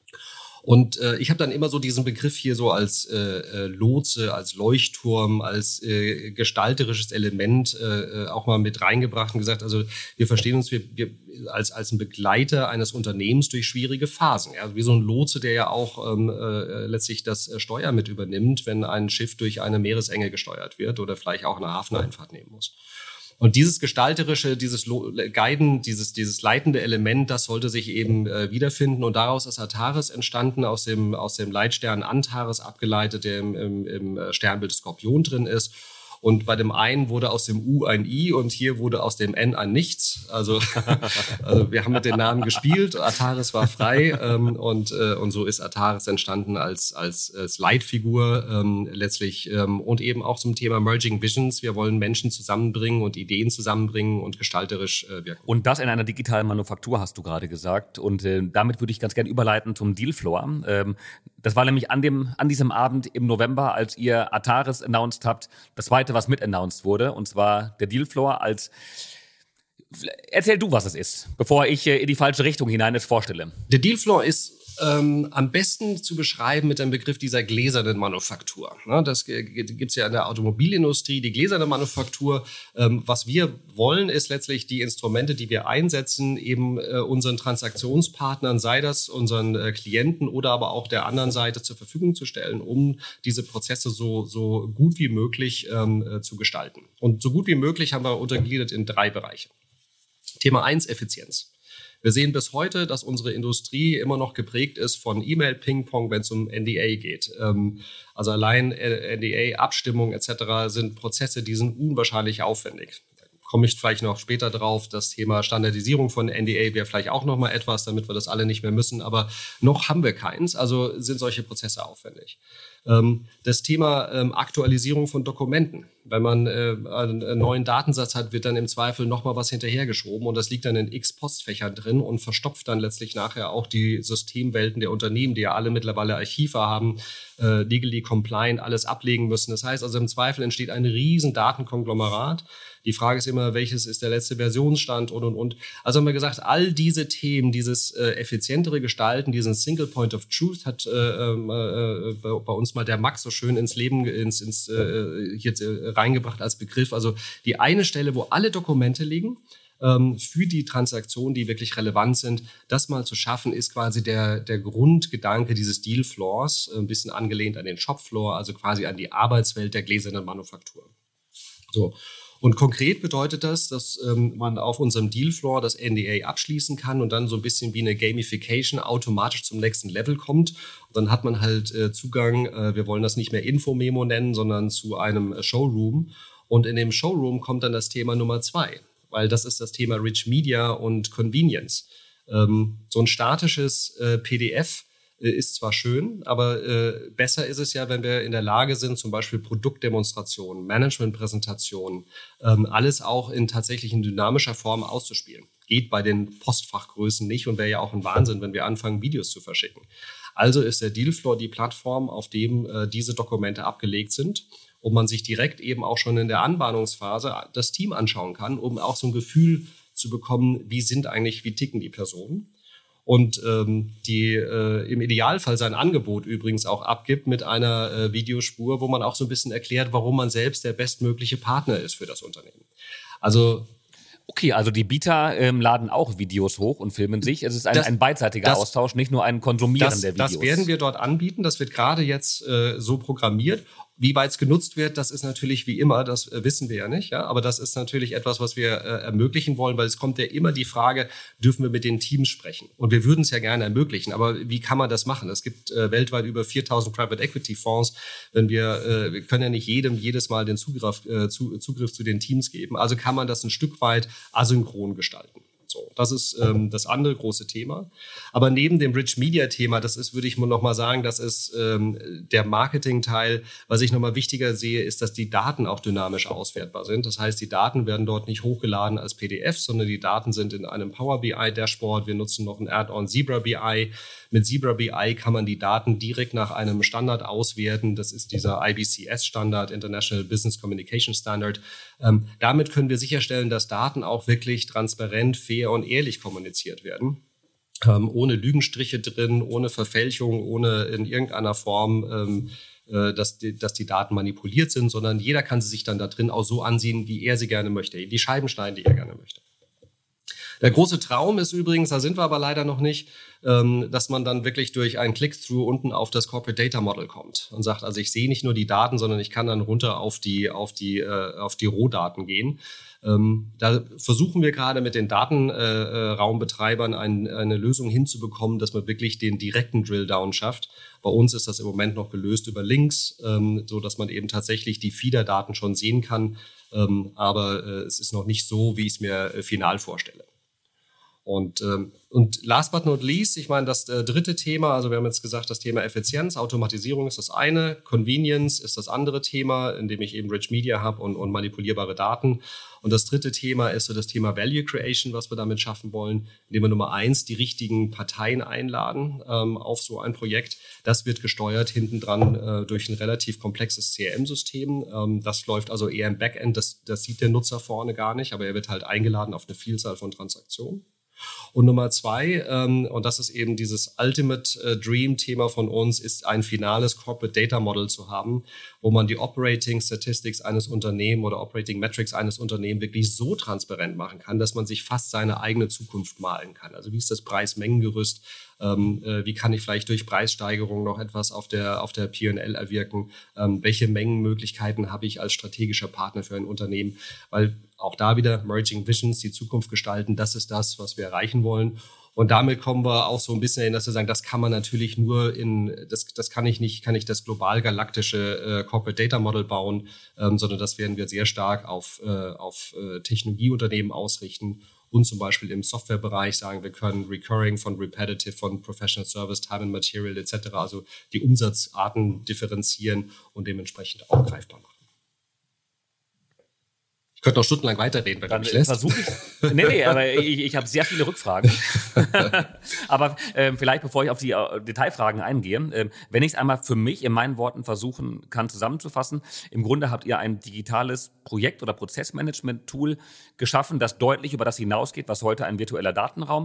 Und äh, ich habe dann immer so diesen Begriff hier so als äh, Lotse, als Leuchtturm, als äh, gestalterisches Element äh, auch mal mit reingebracht und gesagt, also wir verstehen uns wir, wir als, als ein Begleiter eines Unternehmens durch schwierige Phasen. Ja? Wie so ein Lotse, der ja auch ähm, äh, letztlich das Steuer mit übernimmt, wenn ein Schiff durch eine Meeresenge gesteuert wird oder vielleicht auch eine Hafeneinfahrt nehmen muss. Und dieses gestalterische, dieses Guiden, dieses, dieses leitende Element, das sollte sich eben äh, wiederfinden. Und daraus ist Ataris entstanden, aus dem, aus dem Leitstern Antares abgeleitet, der im, im, im Sternbild Skorpion drin ist. Und bei dem einen wurde aus dem U ein I und hier wurde aus dem N ein Nichts. Also, also wir haben mit den Namen gespielt. Ataris war frei ähm, und, äh, und so ist Ataris entstanden als, als, als Leitfigur ähm, letztlich ähm, und eben auch zum Thema Merging Visions. Wir wollen Menschen zusammenbringen und Ideen zusammenbringen und gestalterisch äh, wirken. Und das in einer digitalen Manufaktur, hast du gerade gesagt. Und äh, damit würde ich ganz gerne überleiten zum Dealfloor. Ähm, das war nämlich an, dem, an diesem Abend im November, als ihr Ataris announced habt, das zweite, was mit announced wurde, und zwar der Dealfloor als... Erzähl du, was es ist, bevor ich äh, in die falsche Richtung hinein es vorstelle. Der Dealfloor ist ähm, am besten zu beschreiben mit dem Begriff dieser gläsernen Manufaktur. Ne, das g- g- gibt es ja in der Automobilindustrie, die gläserne Manufaktur. Ähm, was wir wollen, ist letztlich die Instrumente, die wir einsetzen, eben äh, unseren Transaktionspartnern, sei das unseren äh, Klienten oder aber auch der anderen Seite zur Verfügung zu stellen, um diese Prozesse so, so gut wie möglich ähm, äh, zu gestalten. Und so gut wie möglich haben wir untergliedert in drei Bereiche. Thema eins, Effizienz. Wir sehen bis heute, dass unsere Industrie immer noch geprägt ist von E-Mail-Ping-Pong, wenn es um N D A geht. Also allein N D A-Abstimmung et cetera sind Prozesse, die sind unwahrscheinlich aufwendig. Da komme ich vielleicht noch später drauf. Das Thema Standardisierung von N D A wäre vielleicht auch noch mal etwas, damit wir das alle nicht mehr müssen. Aber noch haben wir keins, also sind solche Prozesse aufwendig. Das Thema Aktualisierung von Dokumenten. Wenn man einen neuen Datensatz hat, wird dann im Zweifel nochmal was hinterhergeschoben und das liegt dann in x Postfächern drin und verstopft dann letztlich nachher auch die Systemwelten der Unternehmen, die ja alle mittlerweile Archive haben, legally compliant, alles ablegen müssen. Das heißt also, im Zweifel entsteht ein riesen Datenkonglomerat. Die Frage ist immer, welches ist der letzte Versionsstand und, und, und. Also haben wir gesagt, all diese Themen, dieses äh, effizientere Gestalten, diesen Single Point of Truth hat äh, äh, bei uns mal der Max so schön ins Leben, ins, ins, äh, hier reingebracht als Begriff. Also die eine Stelle, wo alle Dokumente liegen, für die Transaktionen, die wirklich relevant sind, das mal zu schaffen, ist quasi der, der Grundgedanke dieses Dealfloors, ein bisschen angelehnt an den Shopfloor, also quasi an die Arbeitswelt der gläsernen Manufaktur. So. Und konkret bedeutet das, dass ähm, man auf unserem Dealfloor das N D A abschließen kann und dann so ein bisschen wie eine Gamification automatisch zum nächsten Level kommt. Und dann hat man halt äh, Zugang, äh, wir wollen das nicht mehr Infomemo nennen, sondern zu einem äh, Showroom. Und in dem Showroom kommt dann das Thema Nummer zwei. Weil das ist das Thema Rich Media und Convenience. Ähm, so ein statisches äh, P D F äh, ist zwar schön, aber äh, besser ist es ja, wenn wir in der Lage sind, zum Beispiel Produktdemonstrationen, Managementpräsentationen, ähm, alles auch in tatsächlich in dynamischer Form auszuspielen. Geht bei den Postfachgrößen nicht und wäre ja auch ein Wahnsinn, wenn wir anfangen, Videos zu verschicken. Also ist der Dealfloor die Plattform, auf dem äh, diese Dokumente abgelegt sind, und man sich direkt eben auch schon in der Anbahnungsphase das Team anschauen kann, um auch so ein Gefühl zu bekommen, wie sind eigentlich, wie ticken die Personen. Und ähm, die äh, im Idealfall sein Angebot übrigens auch abgibt mit einer äh, Videospur, wo man auch so ein bisschen erklärt, warum man selbst der bestmögliche Partner ist für das Unternehmen. Also Okay, also die Bieter ähm, laden auch Videos hoch und filmen sich. Es ist ein, das, ein beidseitiger das, Austausch, nicht nur ein Konsumieren das, der Videos. Das werden wir dort anbieten. Das wird gerade jetzt äh, so programmiert. Wie weit es genutzt wird, das ist natürlich wie immer, das äh, wissen wir ja nicht. Ja? Aber das ist natürlich etwas, was wir äh, ermöglichen wollen, weil es kommt ja immer die Frage, dürfen wir mit den Teams sprechen? Und wir würden es ja gerne ermöglichen. Aber wie kann man das machen? Es gibt äh, weltweit über viertausend Private Equity Fonds. Wenn wir, äh, wir können ja nicht jedem jedes Mal den Zugriff, äh, zu, Zugriff zu den Teams geben. Also kann man das ein Stück weit asynchron gestalten. So, das ist ähm, das andere große Thema. Aber neben dem Rich Media Thema, das ist, würde ich noch mal sagen, das ist ähm, der Marketing-Teil. Was ich noch mal wichtiger sehe, ist, dass die Daten auch dynamisch auswertbar sind. Das heißt, die Daten werden dort nicht hochgeladen als P D F, sondern die Daten sind in einem Power B I Dashboard. Wir nutzen noch ein Add-on Zebra B I. Mit Zebra B I kann man die Daten direkt nach einem Standard auswerten. Das ist dieser I B C S-Standard, International Business Communication Standard. Ähm, damit können wir sicherstellen, dass Daten auch wirklich transparent, fair und ehrlich kommuniziert werden. Ähm, ohne Lügenstriche drin, ohne Verfälschung, ohne in irgendeiner Form, ähm, äh, dass, die, dass die Daten manipuliert sind, sondern jeder kann sie sich dann da drin auch so ansehen, wie er sie gerne möchte, die Scheiben schneiden, die er gerne möchte. Der große Traum ist übrigens, da sind wir aber leider noch nicht, dass man dann wirklich durch einen Click-Through unten auf das Corporate Data Model kommt und sagt, also ich sehe nicht nur die Daten, sondern ich kann dann runter auf die, auf die, auf die Rohdaten gehen. Da versuchen wir gerade mit den Datenraumbetreibern eine Lösung hinzubekommen, dass man wirklich den direkten Drill-Down schafft. Bei uns ist das im Moment noch gelöst über Links, so dass man eben tatsächlich die Feeder-Daten schon sehen kann. Aber es ist noch nicht so, wie ich es mir final vorstelle. Und, ähm, und last but not least, ich meine, das äh, dritte Thema, also wir haben jetzt gesagt, das Thema Effizienz, Automatisierung ist das eine, Convenience ist das andere Thema, in dem ich eben Rich Media habe und, und manipulierbare Daten. Und das dritte Thema ist so das Thema Value Creation, was wir damit schaffen wollen, indem wir Nummer eins die richtigen Parteien einladen ähm, auf so ein Projekt. Das wird gesteuert hintendran äh, durch ein relativ komplexes C R M-System. Ähm, das läuft also eher im Backend, das, das sieht der Nutzer vorne gar nicht, aber er wird halt eingeladen auf eine Vielzahl von Transaktionen. Und Nummer zwei, ähm, und das ist eben dieses Ultimate äh, Dream-Thema von uns, ist ein finales Corporate Data Model zu haben, wo man die Operating Statistics eines Unternehmens oder Operating Metrics eines Unternehmens wirklich so transparent machen kann, dass man sich fast seine eigene Zukunft malen kann. Also wie ist das Preis-Mengen-Gerüst? Ähm, äh, wie kann ich vielleicht durch Preissteigerung noch etwas auf der, auf der P und L erwirken? Ähm, welche Mengenmöglichkeiten habe ich als strategischer Partner für ein Unternehmen? Weil auch da wieder Merging Visions, die Zukunft gestalten, das ist das, was wir erreichen wollen. Und damit kommen wir auch so ein bisschen hin, dass wir sagen, das kann man natürlich nur in, das, das kann ich nicht, kann ich das global galaktische äh, Corporate Data Model bauen, ähm, sondern das werden wir sehr stark auf, äh, auf äh, Technologieunternehmen ausrichten und zum Beispiel im Softwarebereich sagen, wir können Recurring von Repetitive, von Professional Service, Time and Material et cetera, also die Umsatzarten differenzieren und dementsprechend auch greifbar machen. Ich könnte noch stundenlang weiterreden, wenn du mich lässt. Versuche ich. Nee, nee, aber ich, ich habe sehr viele Rückfragen. Aber ähm, vielleicht, bevor ich auf die äh, Detailfragen eingehe, ähm, wenn ich es einmal für mich in meinen Worten versuchen kann zusammenzufassen, im Grunde habt ihr ein digitales Projekt- oder Prozessmanagement-Tool geschaffen, das deutlich über das hinausgeht, was heute ein virtueller Datenraum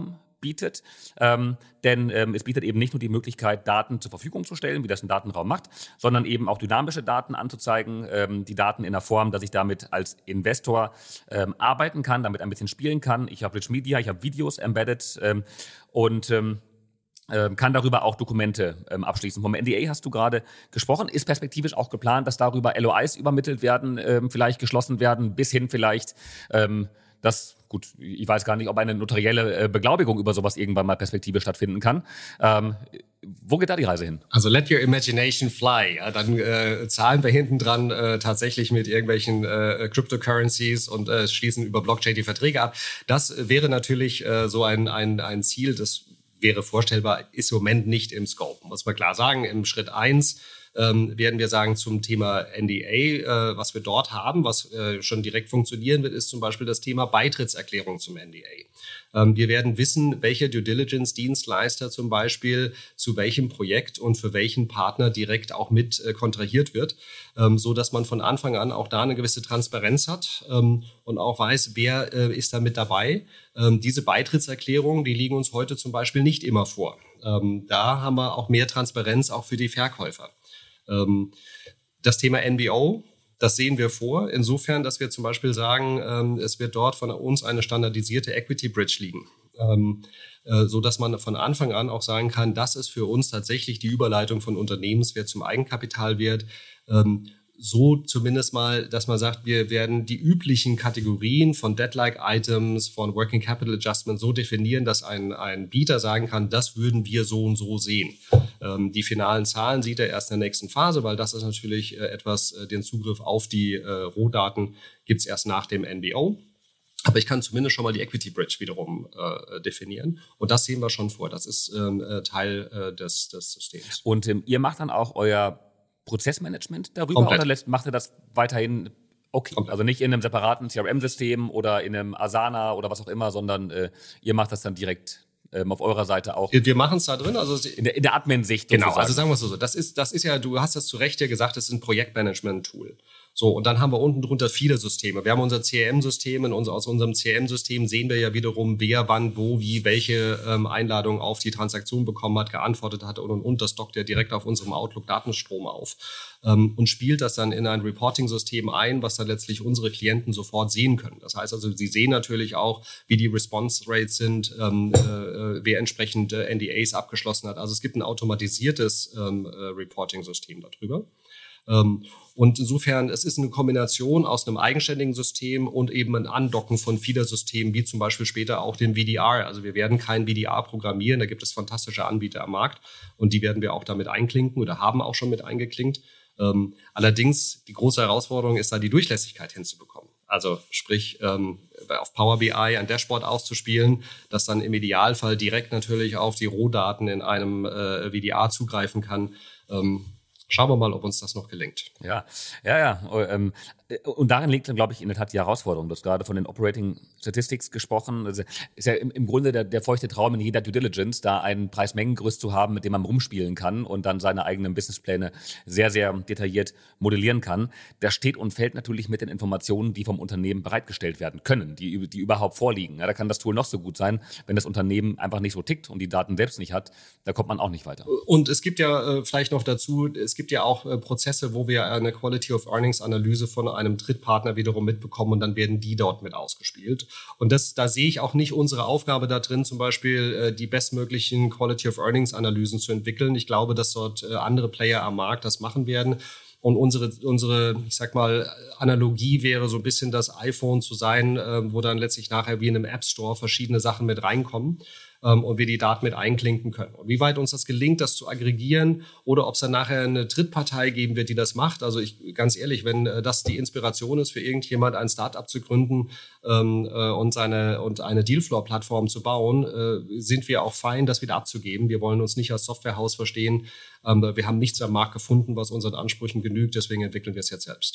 bietet. Ähm, denn ähm, es bietet eben nicht nur die Möglichkeit, Daten zur Verfügung zu stellen, wie das ein Datenraum macht, sondern eben auch dynamische Daten anzuzeigen, ähm, die Daten in der Form, dass ich damit als Investor ähm, arbeiten kann, damit ein bisschen spielen kann. Ich habe Rich Media, ich habe Videos embedded ähm, und ähm, kann darüber auch Dokumente ähm, abschließen. Vom N D A hast du gerade gesprochen. Ist perspektivisch auch geplant, dass darüber L O Is übermittelt werden, ähm, vielleicht geschlossen werden, bis hin vielleicht, ähm, dass, gut, ich weiß gar nicht, ob eine notarielle äh, Beglaubigung über sowas irgendwann mal perspektivisch stattfinden kann. Ähm, wo geht da die Reise hin? Also let your imagination fly. Ja, dann äh, zahlen wir hinten dran äh, tatsächlich mit irgendwelchen äh, Cryptocurrencies und äh, schließen über Blockchain die Verträge ab. Das wäre natürlich äh, so ein, ein, ein Ziel, das wäre vorstellbar, ist im Moment nicht im Scope. Muss man klar sagen, im Schritt eins ähm, werden wir sagen zum Thema N D A, äh, was wir dort haben, was äh, schon direkt funktionieren wird, ist zum Beispiel das Thema Beitrittserklärung zum N D A. Ähm, wir werden wissen, welcher Due Diligence-Dienstleister zum Beispiel zu welchem Projekt und für welchen Partner direkt auch mit äh, kontrahiert wird, ähm, so dass man von Anfang an auch da eine gewisse Transparenz hat ähm, und auch weiß, wer äh, ist da mit dabei. Ähm, diese Beitrittserklärungen, die liegen uns heute zum Beispiel nicht immer vor. Ähm, da haben wir auch mehr Transparenz auch für die Verkäufer. Ähm, das Thema N B O, das sehen wir vor, insofern, dass wir zum Beispiel sagen, ähm, es wird dort von uns eine standardisierte Equity Bridge liegen, ähm, äh, so dass man von Anfang an auch sagen kann, das ist für uns tatsächlich die Überleitung von Unternehmenswert zum Eigenkapitalwert. Ähm, so zumindest mal, dass man sagt, wir werden die üblichen Kategorien von Debt-like Items, von Working Capital Adjustment so definieren, dass ein, ein Bieter sagen kann, das würden wir so und so sehen. Ähm, die finalen Zahlen sieht er erst in der nächsten Phase, weil das ist natürlich äh, etwas, äh, den Zugriff auf die äh, Rohdaten gibt es erst nach dem N B O. Aber ich kann zumindest schon mal die Equity Bridge wiederum äh, definieren. Und das sehen wir schon vor. Das ist ähm, Teil äh, des, des Systems. Und ähm, ihr macht dann auch euer Prozessmanagement darüber Komplett. Oder lässt, macht ihr das weiterhin okay? Komplett. Also nicht in einem separaten C R M-System oder in einem Asana oder was auch immer, sondern äh, ihr macht das dann direkt ähm, auf eurer Seite auch. Wir, wir machen es da drin. Also in der, in der Admin-Sicht Genau, sozusagen. also sagen wir es so. Das ist, das ist ja, du hast das zu Recht ja gesagt, das ist ein Projektmanagement-Tool. So, und dann haben wir unten drunter viele Systeme. Wir haben unser C R M-System. In unser, aus unserem C R M-System sehen wir ja wiederum, wer, wann, wo, wie, welche ähm, Einladung auf die Transaktion bekommen hat, geantwortet hat und, und, und. Das dockt ja direkt auf unserem Outlook-Datenstrom auf ähm, und spielt das dann in ein Reporting-System ein, was dann letztlich unsere Klienten sofort sehen können. Das heißt also, sie sehen natürlich auch, wie die Response-Rates sind, ähm, äh, wer entsprechend äh, N D As abgeschlossen hat. Also es gibt ein automatisiertes ähm, äh, Reporting-System darüber. Ähm, Und insofern, es ist eine Kombination aus einem eigenständigen System und eben ein Andocken von Feeder-Systemen, wie zum Beispiel später auch dem V D R. Also wir werden kein V D R programmieren, da gibt es fantastische Anbieter am Markt und die werden wir auch damit einklinken oder haben auch schon mit eingeklinkt. Ähm, allerdings, die große Herausforderung ist da, die Durchlässigkeit hinzubekommen. Also sprich, ähm, auf Power B I ein Dashboard auszuspielen, das dann im Idealfall direkt natürlich auf die Rohdaten in einem äh, V D R zugreifen kann. Ähm, Schauen wir mal, ob uns das noch gelingt. Ja, ja, ja. Ähm, und darin liegt dann, glaube ich, in der Tat die Herausforderung. Du hast gerade von den Operating Statistics gesprochen. Also ist ja im, im Grunde der, der feuchte Traum in jeder Due Diligence, da einen Preis-Mengen-Gerüst zu haben, mit dem man rumspielen kann und dann seine eigenen Businesspläne sehr, sehr detailliert modellieren kann. Das steht und fällt natürlich mit den Informationen, die vom Unternehmen bereitgestellt werden können, die, die überhaupt vorliegen. Ja, da kann das Tool noch so gut sein, wenn das Unternehmen einfach nicht so tickt und die Daten selbst nicht hat, da kommt man auch nicht weiter. Und es gibt ja äh, vielleicht noch dazu, es gibt ja auch äh, Prozesse, wo wir eine Quality of Earnings Analyse von einem Drittpartner wiederum mitbekommen und dann werden die dort mit ausgespielt. Und das, da sehe ich auch nicht unsere Aufgabe da drin, zum Beispiel äh, die bestmöglichen Quality of Earnings Analysen zu entwickeln. Ich glaube, dass dort äh, andere Player am Markt das machen werden. Und unsere, unsere, ich sag mal, Analogie wäre so ein bisschen das iPhone zu sein, äh, wo dann letztlich nachher wie in einem App Store verschiedene Sachen mit reinkommen. Und wir die Daten mit einklinken können. Und wie weit uns das gelingt, das zu aggregieren oder ob es dann nachher eine Drittpartei geben wird, die das macht. Also ich, ganz ehrlich, wenn das die Inspiration ist für irgendjemand, ein Startup zu gründen ähm, äh, und, seine, und eine Dealfloor-Plattform zu bauen, äh, sind wir auch fein, das wieder abzugeben. Wir wollen uns nicht als Softwarehaus verstehen. Ähm, wir haben nichts am Markt gefunden, was unseren Ansprüchen genügt. Deswegen entwickeln wir es jetzt selbst.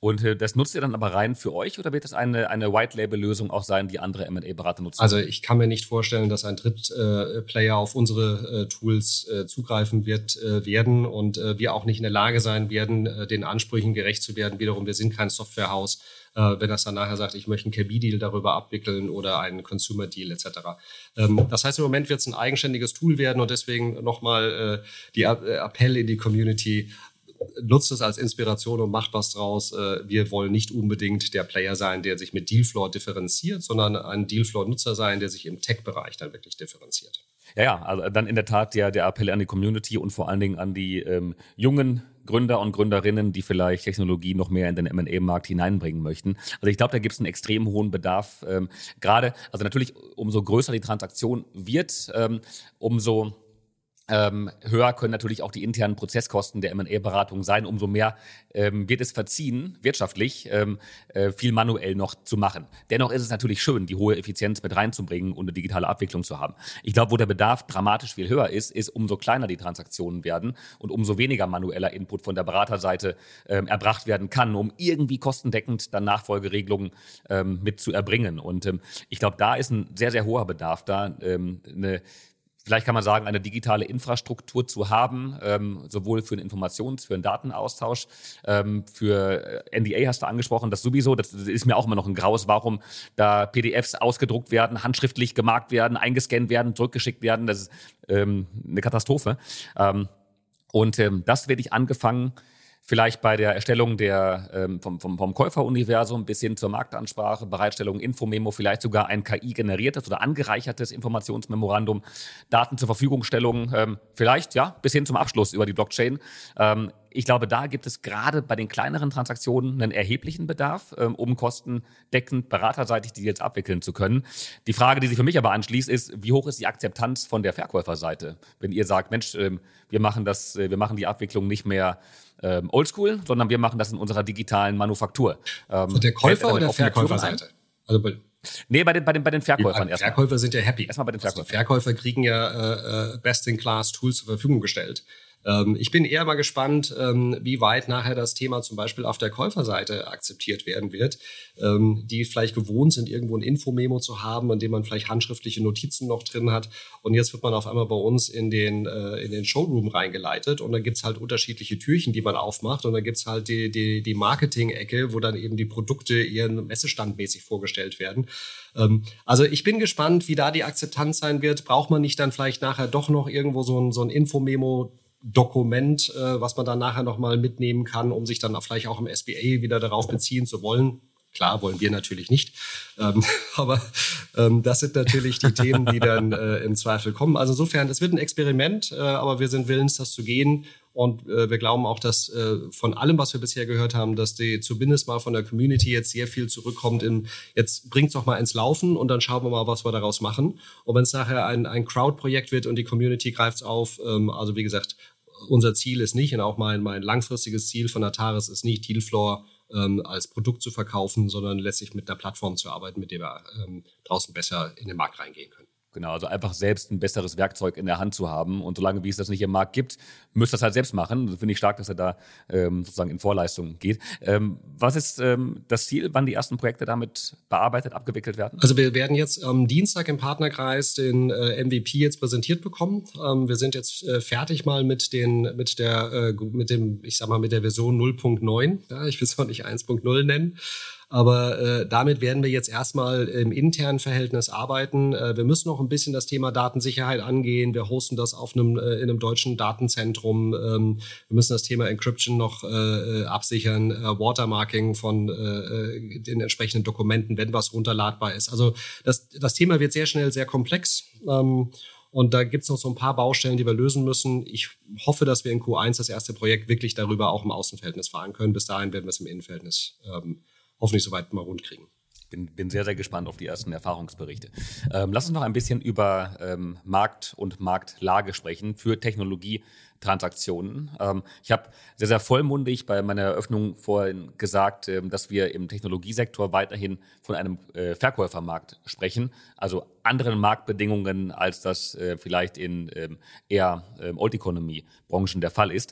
Und äh, das nutzt ihr dann aber rein für euch oder wird das eine, eine White-Label-Lösung auch sein, die andere M und A-Berater nutzen? Also ich kann mir nicht vorstellen, dass ein Drittplayer äh, auf unsere äh, Tools äh, zugreifen wird äh, werden und äh, wir auch nicht in der Lage sein werden, äh, den Ansprüchen gerecht zu werden. Wiederum, wir sind kein Softwarehaus, äh, wenn das dann nachher sagt, ich möchte einen K B-Deal darüber abwickeln oder einen Consumer-Deal et cetera. Ähm, das heißt, im Moment wird es ein eigenständiges Tool werden und deswegen nochmal äh, die äh, Appell in die Community: Nutzt es als Inspiration und macht was draus. Wir wollen nicht unbedingt der Player sein, der sich mit Dealfloor differenziert, sondern ein Dealfloor-Nutzer sein, der sich im Tech-Bereich dann wirklich differenziert. Ja, ja, also dann in der Tat der, der Appell an die Community und vor allen Dingen an die ähm, jungen Gründer und Gründerinnen, die vielleicht Technologie noch mehr in den M und A-Markt hineinbringen möchten. Also ich glaube, da gibt es einen extrem hohen Bedarf. Ähm, gerade, also natürlich, umso größer die Transaktion wird, ähm, umso Ähm, höher können natürlich auch die internen Prozesskosten der M und A-Beratung sein. Umso mehr ähm, wird es verziehen, wirtschaftlich ähm, äh, viel manuell noch zu machen. Dennoch ist es natürlich schön, die hohe Effizienz mit reinzubringen und eine digitale Abwicklung zu haben. Ich glaube, wo der Bedarf dramatisch viel höher ist, ist, umso kleiner die Transaktionen werden und umso weniger manueller Input von der Beraterseite ähm, erbracht werden kann, um irgendwie kostendeckend dann Nachfolgeregelungen ähm, mit zu erbringen. Und ähm, ich glaube, da ist ein sehr, sehr hoher Bedarf da, ähm, eine Vielleicht kann man sagen, eine digitale Infrastruktur zu haben, ähm, sowohl für einen Informations-, für einen Datenaustausch, ähm, für N D A hast du angesprochen, das sowieso, das ist mir auch immer noch ein Graus, warum da P D Fs ausgedruckt werden, handschriftlich gemarkt werden, eingescannt werden, zurückgeschickt werden, das ist ähm, eine Katastrophe. Ähm, und ähm, das werde ich angefangen, vielleicht bei der Erstellung der, ähm, vom, vom, vom Käuferuniversum bis hin zur Marktansprache, Bereitstellung, Infomemo, vielleicht sogar ein K I-generiertes oder angereichertes Informationsmemorandum, Daten zur Verfügungstellung, ähm, vielleicht ja bis hin zum Abschluss über die Blockchain. Ähm, ich glaube, da gibt es gerade bei den kleineren Transaktionen einen erheblichen Bedarf, ähm, um kostendeckend beraterseitig die jetzt abwickeln zu können. Die Frage, die sich für mich aber anschließt, ist, wie hoch ist die Akzeptanz von der Verkäuferseite? Wenn ihr sagt, Mensch, ähm, wir machen das, äh, wir machen die Abwicklung nicht mehr ähm, oldschool, sondern wir machen das in unserer digitalen Manufaktur. Ähm, von der Käufer- oder Verkäuferseite? Also bei Nee, bei den, bei den, bei den Verkäufern erstmal. Verkäufer sind ja happy. Erstmal bei den Verkäufern. Also die Verkäufer kriegen ja äh, Best-in-Class-Tools zur Verfügung gestellt. Ähm, ich bin eher mal gespannt, ähm, wie weit nachher das Thema zum Beispiel auf der Käuferseite akzeptiert werden wird, ähm, die vielleicht gewohnt sind, irgendwo ein Infomemo zu haben, in dem man vielleicht handschriftliche Notizen noch drin hat. Und jetzt wird man auf einmal bei uns in den, äh, in den Showroom reingeleitet und dann gibt's halt unterschiedliche Türchen, die man aufmacht und dann gibt's halt die, die, die Marketing-Ecke, wo dann eben die Produkte ihren Messestandmäßig vorgestellt werden. Ähm, also ich bin gespannt, wie da die Akzeptanz sein wird. Braucht man nicht dann vielleicht nachher doch noch irgendwo so ein, so ein Infomemo Dokument, äh, was man dann nachher nochmal mitnehmen kann, um sich dann vielleicht auch im S B A wieder darauf beziehen zu wollen. Klar, wollen wir natürlich nicht. Ähm, aber ähm, das sind natürlich die Themen, die dann äh, im Zweifel kommen. Also insofern, es wird ein Experiment, äh, aber wir sind willens, das zu gehen. Und äh, wir glauben auch, dass äh, von allem, was wir bisher gehört haben, dass die zumindest mal von der Community jetzt sehr viel zurückkommt in, jetzt bringt's doch mal ins Laufen und dann schauen wir mal, was wir daraus machen. Und wenn es nachher ein, ein Crowd-Projekt wird und die Community greift's auf, ähm, also wie gesagt, unser Ziel ist nicht und auch mein, mein langfristiges Ziel von Ataris ist nicht, Dealfloor ähm, als Produkt zu verkaufen, sondern letztlich mit einer Plattform zu arbeiten, mit der wir ähm, draußen besser in den Markt reingehen können. Genau, also einfach selbst ein besseres Werkzeug in der Hand zu haben. Und solange wie es das nicht im Markt gibt, müsst ihr das halt selbst machen. Das finde ich stark, dass er da ähm, sozusagen in Vorleistung geht. Ähm, was ist ähm, das Ziel, wann die ersten Projekte damit bearbeitet, abgewickelt werden? Also wir werden jetzt am Dienstag im Partnerkreis den äh, M V P jetzt präsentiert bekommen. Ähm, wir sind jetzt äh, fertig mal mit den mit der äh, mit dem ich sag mal mit der Version null Punkt neun. Ja, ich will es auch nicht eins Punkt null nennen. Aber äh, damit werden wir jetzt erstmal im internen Verhältnis arbeiten. Äh, wir müssen noch ein bisschen das Thema Datensicherheit angehen. Wir hosten das auf einem äh, in einem deutschen Datenzentrum. Ähm, wir müssen das Thema Encryption noch äh, absichern, äh, Watermarking von äh, den entsprechenden Dokumenten, wenn was runterladbar ist. Also das das Thema wird sehr schnell sehr komplex. Ähm, Und da gibt's noch so ein paar Baustellen, die wir lösen müssen. Ich hoffe, dass wir in Q eins das erste Projekt wirklich darüber auch im Außenverhältnis fahren können. Bis dahin werden wir es im Innenverhältnis ähm, hoffentlich soweit mal rund kriegen. Bin, bin sehr, sehr gespannt auf die ersten Erfahrungsberichte. Ähm, lass uns noch ein bisschen über ähm, Markt und Marktlage sprechen für Technologietransaktionen. Ähm, ich habe sehr, sehr vollmundig bei meiner Eröffnung vorhin gesagt, ähm, dass wir im Technologiesektor weiterhin von einem äh, Verkäufermarkt sprechen, also anderen Marktbedingungen, als das äh, vielleicht in ähm, eher ähm, Old-Economy-Branchen der Fall ist.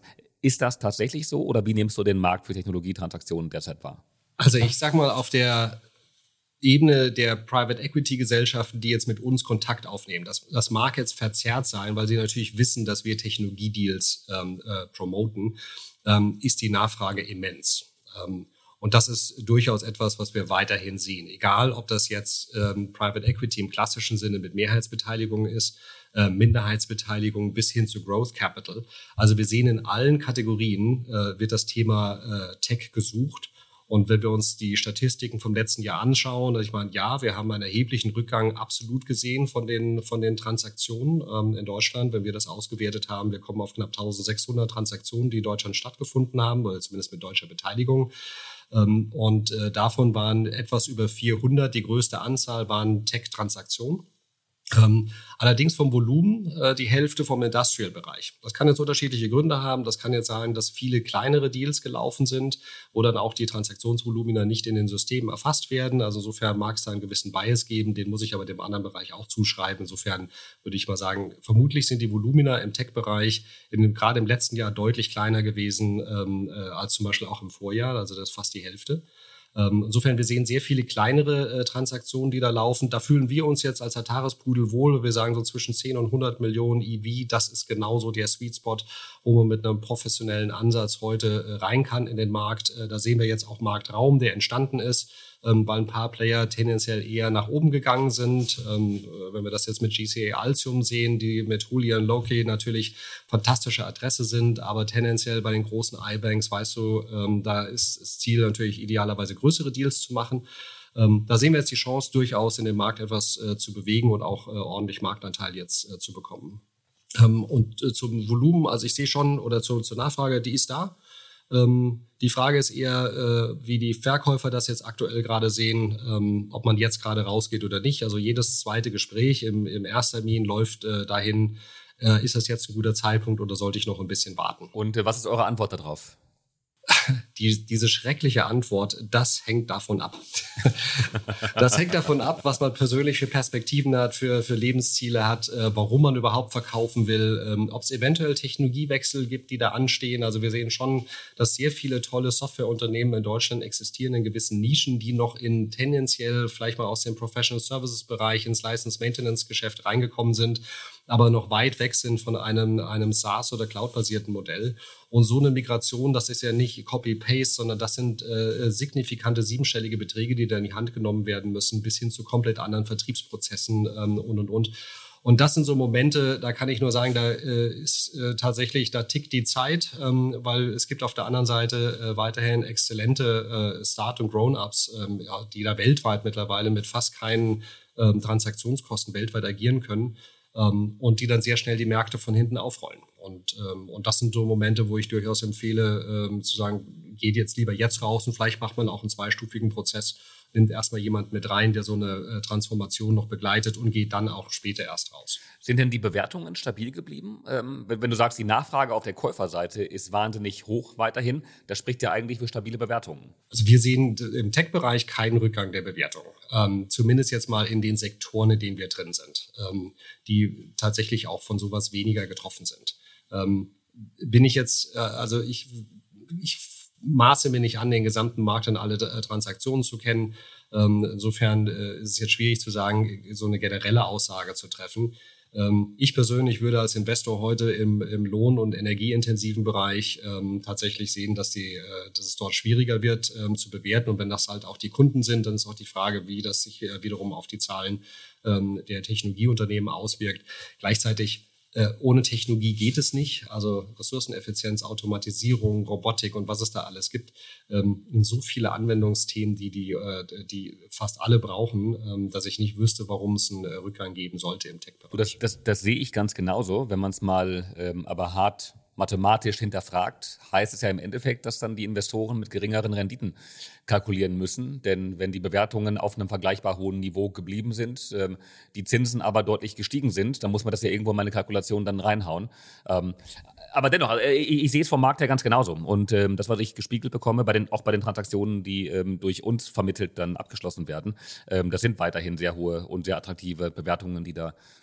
Ist das tatsächlich so oder wie nimmst du den Markt für Technologietransaktionen derzeit wahr? Also ich sag mal, auf der Ebene der Private Equity Gesellschaften, die jetzt mit uns Kontakt aufnehmen, das, das mag jetzt verzerrt sein, weil sie natürlich wissen, dass wir Technologiedeals ähm, äh, promoten, ähm, ist die Nachfrage immens. Ähm, Und das ist durchaus etwas, was wir weiterhin sehen. Egal, ob das jetzt ähm, Private Equity im klassischen Sinne mit Mehrheitsbeteiligung ist, äh, Minderheitsbeteiligung bis hin zu Growth Capital. Also wir sehen, in allen Kategorien äh, wird das Thema äh, Tech gesucht. Und wenn wir uns die Statistiken vom letzten Jahr anschauen, ich meine, ja, wir haben einen erheblichen Rückgang absolut gesehen von den, von den Transaktionen ähm, in Deutschland. Wenn wir das ausgewertet haben, wir kommen auf knapp eintausendsechshundert Transaktionen, die in Deutschland stattgefunden haben, oder zumindest mit deutscher Beteiligung. Und äh, davon waren etwas über vierhundert, die größte Anzahl waren Tech-Transaktionen. Ähm, allerdings vom Volumen äh, die Hälfte vom Industrial-Bereich. Das kann jetzt unterschiedliche Gründe haben. Das kann jetzt sein, dass viele kleinere Deals gelaufen sind, wo dann auch die Transaktionsvolumina nicht in den Systemen erfasst werden. Also insofern mag es da einen gewissen Bias geben, den muss ich aber dem anderen Bereich auch zuschreiben. Insofern würde ich mal sagen, vermutlich sind die Volumina im Tech-Bereich in, gerade im letzten Jahr deutlich kleiner gewesen ähm, äh, als zum Beispiel auch im Vorjahr. Also das ist fast die Hälfte. Insofern, wir sehen sehr viele kleinere äh, Transaktionen, die da laufen. Da fühlen wir uns jetzt als Ataris-Pudel wohl. Wir sagen so zwischen zehn und hundert Millionen E V. Das ist genauso der Sweet Spot, wo man mit einem professionellen Ansatz heute äh, rein kann in den Markt. Äh, da sehen wir jetzt auch Marktraum, der entstanden ist, ähm, weil ein paar Player tendenziell eher nach oben gegangen sind. Ähm, wenn wir das jetzt mit G C A Altium sehen, die mit Julian Loki natürlich fantastische Adresse sind, aber tendenziell bei den großen I-Banks, weißt du, ähm, da ist das Ziel natürlich idealerweise größere Deals zu machen. Ähm, da sehen wir jetzt die Chance durchaus in dem Markt etwas äh, zu bewegen und auch äh, ordentlich Marktanteil jetzt äh, zu bekommen. Ähm, und äh, zum Volumen, also ich sehe schon, oder zu, zur Nachfrage, die ist da. Ähm, die Frage ist eher, äh, wie die Verkäufer das jetzt aktuell gerade sehen, ähm, ob man jetzt gerade rausgeht oder nicht. Also jedes zweite Gespräch im, im Ersttermin läuft äh, dahin, äh, ist das jetzt ein guter Zeitpunkt oder sollte ich noch ein bisschen warten? Und äh, was ist eure Antwort darauf? Die, diese schreckliche Antwort, das hängt davon ab. Das hängt davon ab, was man persönlich für Perspektiven hat, für, für Lebensziele hat, äh, warum man überhaupt verkaufen will, ähm, ob es eventuell Technologiewechsel gibt, die da anstehen. Also wir sehen schon, dass sehr viele tolle Softwareunternehmen in Deutschland existieren in gewissen Nischen, die noch in tendenziell vielleicht mal aus dem Professional Services Bereich ins License Maintenance Geschäft reingekommen sind, aber noch weit weg sind von einem, einem SaaS- oder Cloud-basierten Modell. Und so eine Migration, das ist ja nicht Copy-Paste, sondern das sind äh, signifikante siebenstellige Beträge, die da in die Hand genommen werden müssen, bis hin zu komplett anderen Vertriebsprozessen ähm, und, und, und. Und das sind so Momente, da kann ich nur sagen, da äh, ist äh, tatsächlich, da tickt die Zeit, ähm, weil es gibt auf der anderen Seite äh, weiterhin exzellente äh, Start- und Grown-Ups, ähm, ja, die da weltweit mittlerweile mit fast keinen ähm, Transaktionskosten weltweit agieren können. Um, und die dann sehr schnell die Märkte von hinten aufrollen. Und, ähm, und das sind so Momente, wo ich durchaus empfehle, ähm, zu sagen, geht jetzt lieber jetzt raus und vielleicht macht man auch einen zweistufigen Prozess, nimmt erstmal jemand mit rein, der so eine äh, Transformation noch begleitet und geht dann auch später erst raus. Sind denn die Bewertungen stabil geblieben? Ähm, wenn, wenn du sagst, die Nachfrage auf der Käuferseite ist wahnsinnig hoch weiterhin, das spricht ja eigentlich für stabile Bewertungen. Also wir sehen im Tech-Bereich keinen Rückgang der Bewertung. Ähm, zumindest jetzt mal in den Sektoren, in denen wir drin sind, ähm, die tatsächlich auch von sowas weniger getroffen sind. Ähm, bin ich jetzt, äh, also ich, ich maße mir nicht an, den gesamten Markt und alle äh, Transaktionen zu kennen. Ähm, insofern äh, ist es jetzt schwierig zu sagen, so eine generelle Aussage zu treffen. Ähm, ich persönlich würde als Investor heute im, im lohn- und energieintensiven Bereich ähm, tatsächlich sehen, dass, die, äh, dass es dort schwieriger wird ähm, zu bewerten. Und wenn das halt auch die Kunden sind, dann ist auch die Frage, wie das sich äh, wiederum auf die Zahlen ähm, der Technologieunternehmen auswirkt. Gleichzeitig Äh, ohne Technologie geht es nicht. Also Ressourceneffizienz, Automatisierung, Robotik und was es da alles gibt. Ähm, so viele Anwendungsthemen, die, die, äh, die fast alle brauchen, ähm, dass ich nicht wüsste, warum es einen äh, Rückgang geben sollte im Tech-Bereich. Das, das, das sehe ich ganz genauso. Wenn man es mal ähm, aber hart mathematisch hinterfragt, heißt es ja im Endeffekt, dass dann die Investoren mit geringeren Renditen kalkulieren müssen. Denn wenn die Bewertungen auf einem vergleichbar hohen Niveau geblieben sind, ähm, die Zinsen aber deutlich gestiegen sind, dann muss man das ja irgendwo in meine Kalkulation dann reinhauen. Ähm, aber dennoch, äh, ich, ich sehe es vom Markt her ganz genauso. Und ähm, das, was ich gespiegelt bekomme, bei den, auch bei den Transaktionen, die ähm, durch uns vermittelt dann abgeschlossen werden, ähm, das sind weiterhin sehr hohe und sehr attraktive Bewertungen, die da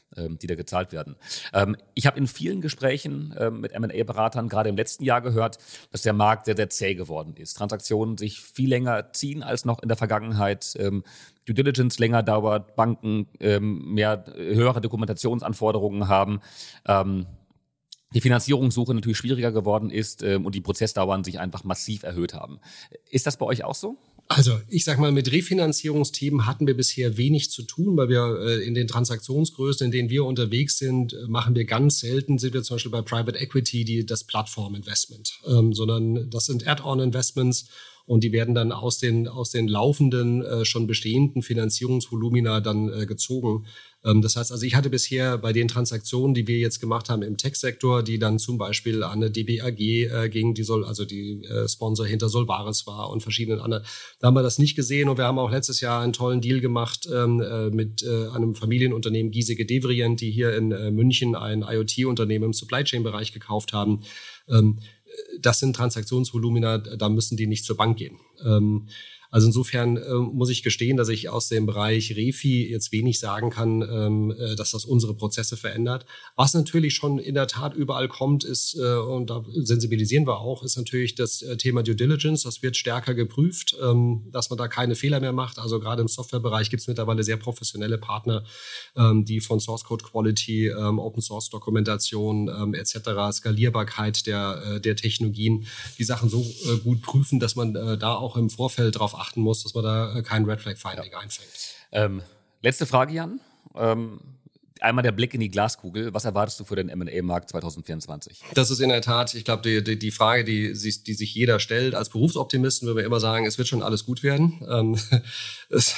ähm, die da gezahlt werden. Ähm, ich habe in vielen Gesprächen ähm, mit M und A-Beratern gerade im letzten Jahr gehört, dass der Markt sehr, sehr zäh geworden ist. Transaktionen sich viel länger ziehen als noch in der Vergangenheit. Ähm, Due Diligence länger dauert, Banken ähm, mehr äh, höhere Dokumentationsanforderungen haben. Ähm, die Finanzierungssuche natürlich schwieriger geworden ist ähm, und die Prozessdauern sich einfach massiv erhöht haben. Ist das bei euch auch so? Also ich sag mal, mit Refinanzierungsthemen hatten wir bisher wenig zu tun, weil wir äh, in den Transaktionsgrößen, in denen wir unterwegs sind, äh, machen wir ganz selten, sind wir zum Beispiel bei Private Equity, die das Plattform-Investment, ähm, sondern das sind Add-on-Investments und die werden dann aus den aus den laufenden, äh, schon bestehenden Finanzierungsvolumina dann äh, gezogen. Ähm, das heißt, also ich hatte bisher bei den Transaktionen, die wir jetzt gemacht haben im Tech-Sektor, die dann zum Beispiel an eine D B A G äh, ging, die soll also die äh, Sponsor hinter Solvares war und verschiedenen anderen, da haben wir das nicht gesehen. Und wir haben auch letztes Jahr einen tollen Deal gemacht ähm, äh, mit äh, einem Familienunternehmen Giesecke Devrient, die hier in äh, München ein IoT-Unternehmen im Supply-Chain-Bereich gekauft haben. Ähm, Das sind Transaktionsvolumina, da müssen die nicht zur Bank gehen. Ähm, also insofern äh, muss ich gestehen, dass ich aus dem Bereich Refi jetzt wenig sagen kann, ähm, äh, dass das unsere Prozesse verändert. Was natürlich schon in der Tat überall kommt, ist, äh, und da sensibilisieren wir auch, ist natürlich das äh, Thema Due Diligence. Das wird stärker geprüft, ähm, dass man da keine Fehler mehr macht. Also gerade im Softwarebereich gibt es mittlerweile sehr professionelle Partner, ähm, die von Source Code Quality, ähm, Open Source Dokumentation ähm, et cetera, Skalierbarkeit der, äh, der Technologien, die Sachen so äh, gut prüfen, dass man äh, da auch im Vorfeld drauf achten muss, dass man da äh, kein Red Flag Finding ja. einfängt. Ähm, letzte Frage, Jan. Ähm, einmal der Blick in die Glaskugel. Was erwartest du für den M und A-Markt zwanzig vierundzwanzig? Das ist in der Tat, ich glaube, die, die, die Frage, die, die sich jeder stellt. Als Berufsoptimisten würden wir immer sagen, es wird schon alles gut werden. Ähm, es,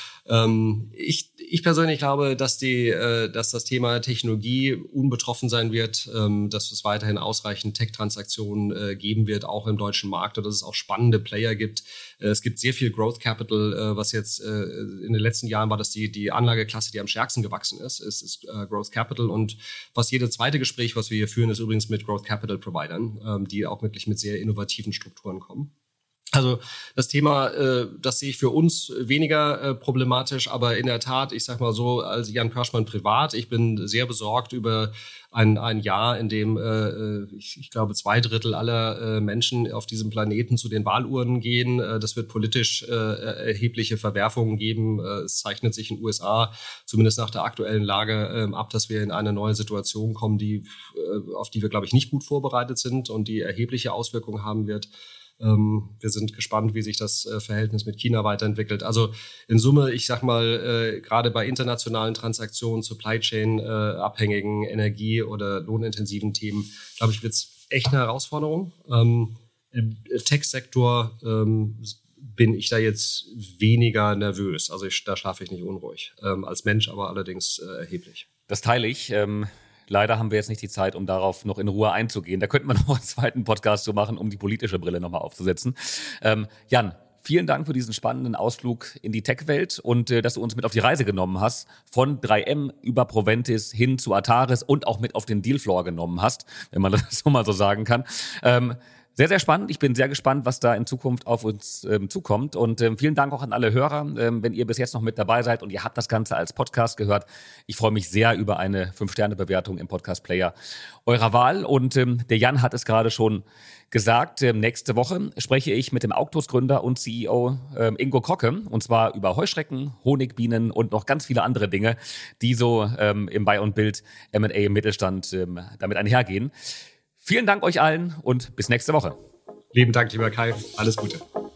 ähm, ich, ich persönlich glaube, dass, die, äh, dass das Thema Technologie unbetroffen sein wird, ähm, dass es weiterhin ausreichend Tech-Transaktionen äh, geben wird, auch im deutschen Markt, und dass es auch spannende Player gibt. Äh, es gibt sehr viel Growth Capital, äh, was jetzt äh, in den letzten Jahren war das die, die Anlageklasse, die am stärksten gewachsen ist, ist, ist äh, Growth Capital. Und fast jedes zweite Gespräch, was wir hier führen, ist übrigens mit Growth Capital Providern, ähm, die auch wirklich mit sehr innovativen Strukturen kommen. Also das Thema, äh, das sehe ich für uns weniger äh, problematisch, aber in der Tat, ich sag mal so, als Jan Pörschmann privat, ich bin sehr besorgt über ein, ein Jahr, in dem äh, ich, ich glaube zwei Drittel aller äh, Menschen auf diesem Planeten zu den Wahluhren gehen. Äh, das wird politisch äh, erhebliche Verwerfungen geben. Äh, es zeichnet sich in den U S A zumindest nach der aktuellen Lage äh, ab, dass wir in eine neue Situation kommen, die äh, auf die wir, glaube ich, nicht gut vorbereitet sind und die erhebliche Auswirkungen haben wird. Wir sind gespannt, wie sich das äh, Verhältnis mit China weiterentwickelt. Also in Summe, ich sag mal, äh, gerade bei internationalen Transaktionen, Supply Chain äh, abhängigen Energie- oder lohnintensiven Themen, glaube ich, wird es echt eine Herausforderung. Ähm, Im Tech-Sektor ähm, bin ich da jetzt weniger nervös. Also ich, da schlafe ich nicht unruhig. Ähm, als Mensch aber allerdings äh, erheblich. Das teile ich. Ähm Leider haben wir jetzt nicht die Zeit, um darauf noch in Ruhe einzugehen. Da könnten wir noch einen zweiten Podcast zu machen, um die politische Brille nochmal aufzusetzen. Ähm, Jan, vielen Dank für diesen spannenden Ausflug in die Tech-Welt und äh, dass du uns mit auf die Reise genommen hast. Von drei M über Proventis hin zu Ataris und auch mit auf den Dealfloor genommen hast, wenn man das so mal so sagen kann. Ähm, Sehr, sehr spannend. Ich bin sehr gespannt, was da in Zukunft auf uns ähm, zukommt. Und ähm, vielen Dank auch an alle Hörer, ähm, wenn ihr bis jetzt noch mit dabei seid und ihr habt das Ganze als Podcast gehört. Ich freue mich sehr über eine fünf Sterne Bewertung im Podcast-Player eurer Wahl. Und ähm, der Jan hat es gerade schon gesagt, ähm, nächste Woche spreche ich mit dem Auctus-Gründer und C E O ähm, Ingo Krocke. Und zwar über Heuschrecken, Honigbienen und noch ganz viele andere Dinge, die so ähm, im Buy und Build M und A im Mittelstand ähm, damit einhergehen. Vielen Dank euch allen und bis nächste Woche. Lieben Dank, lieber Kai. Alles Gute.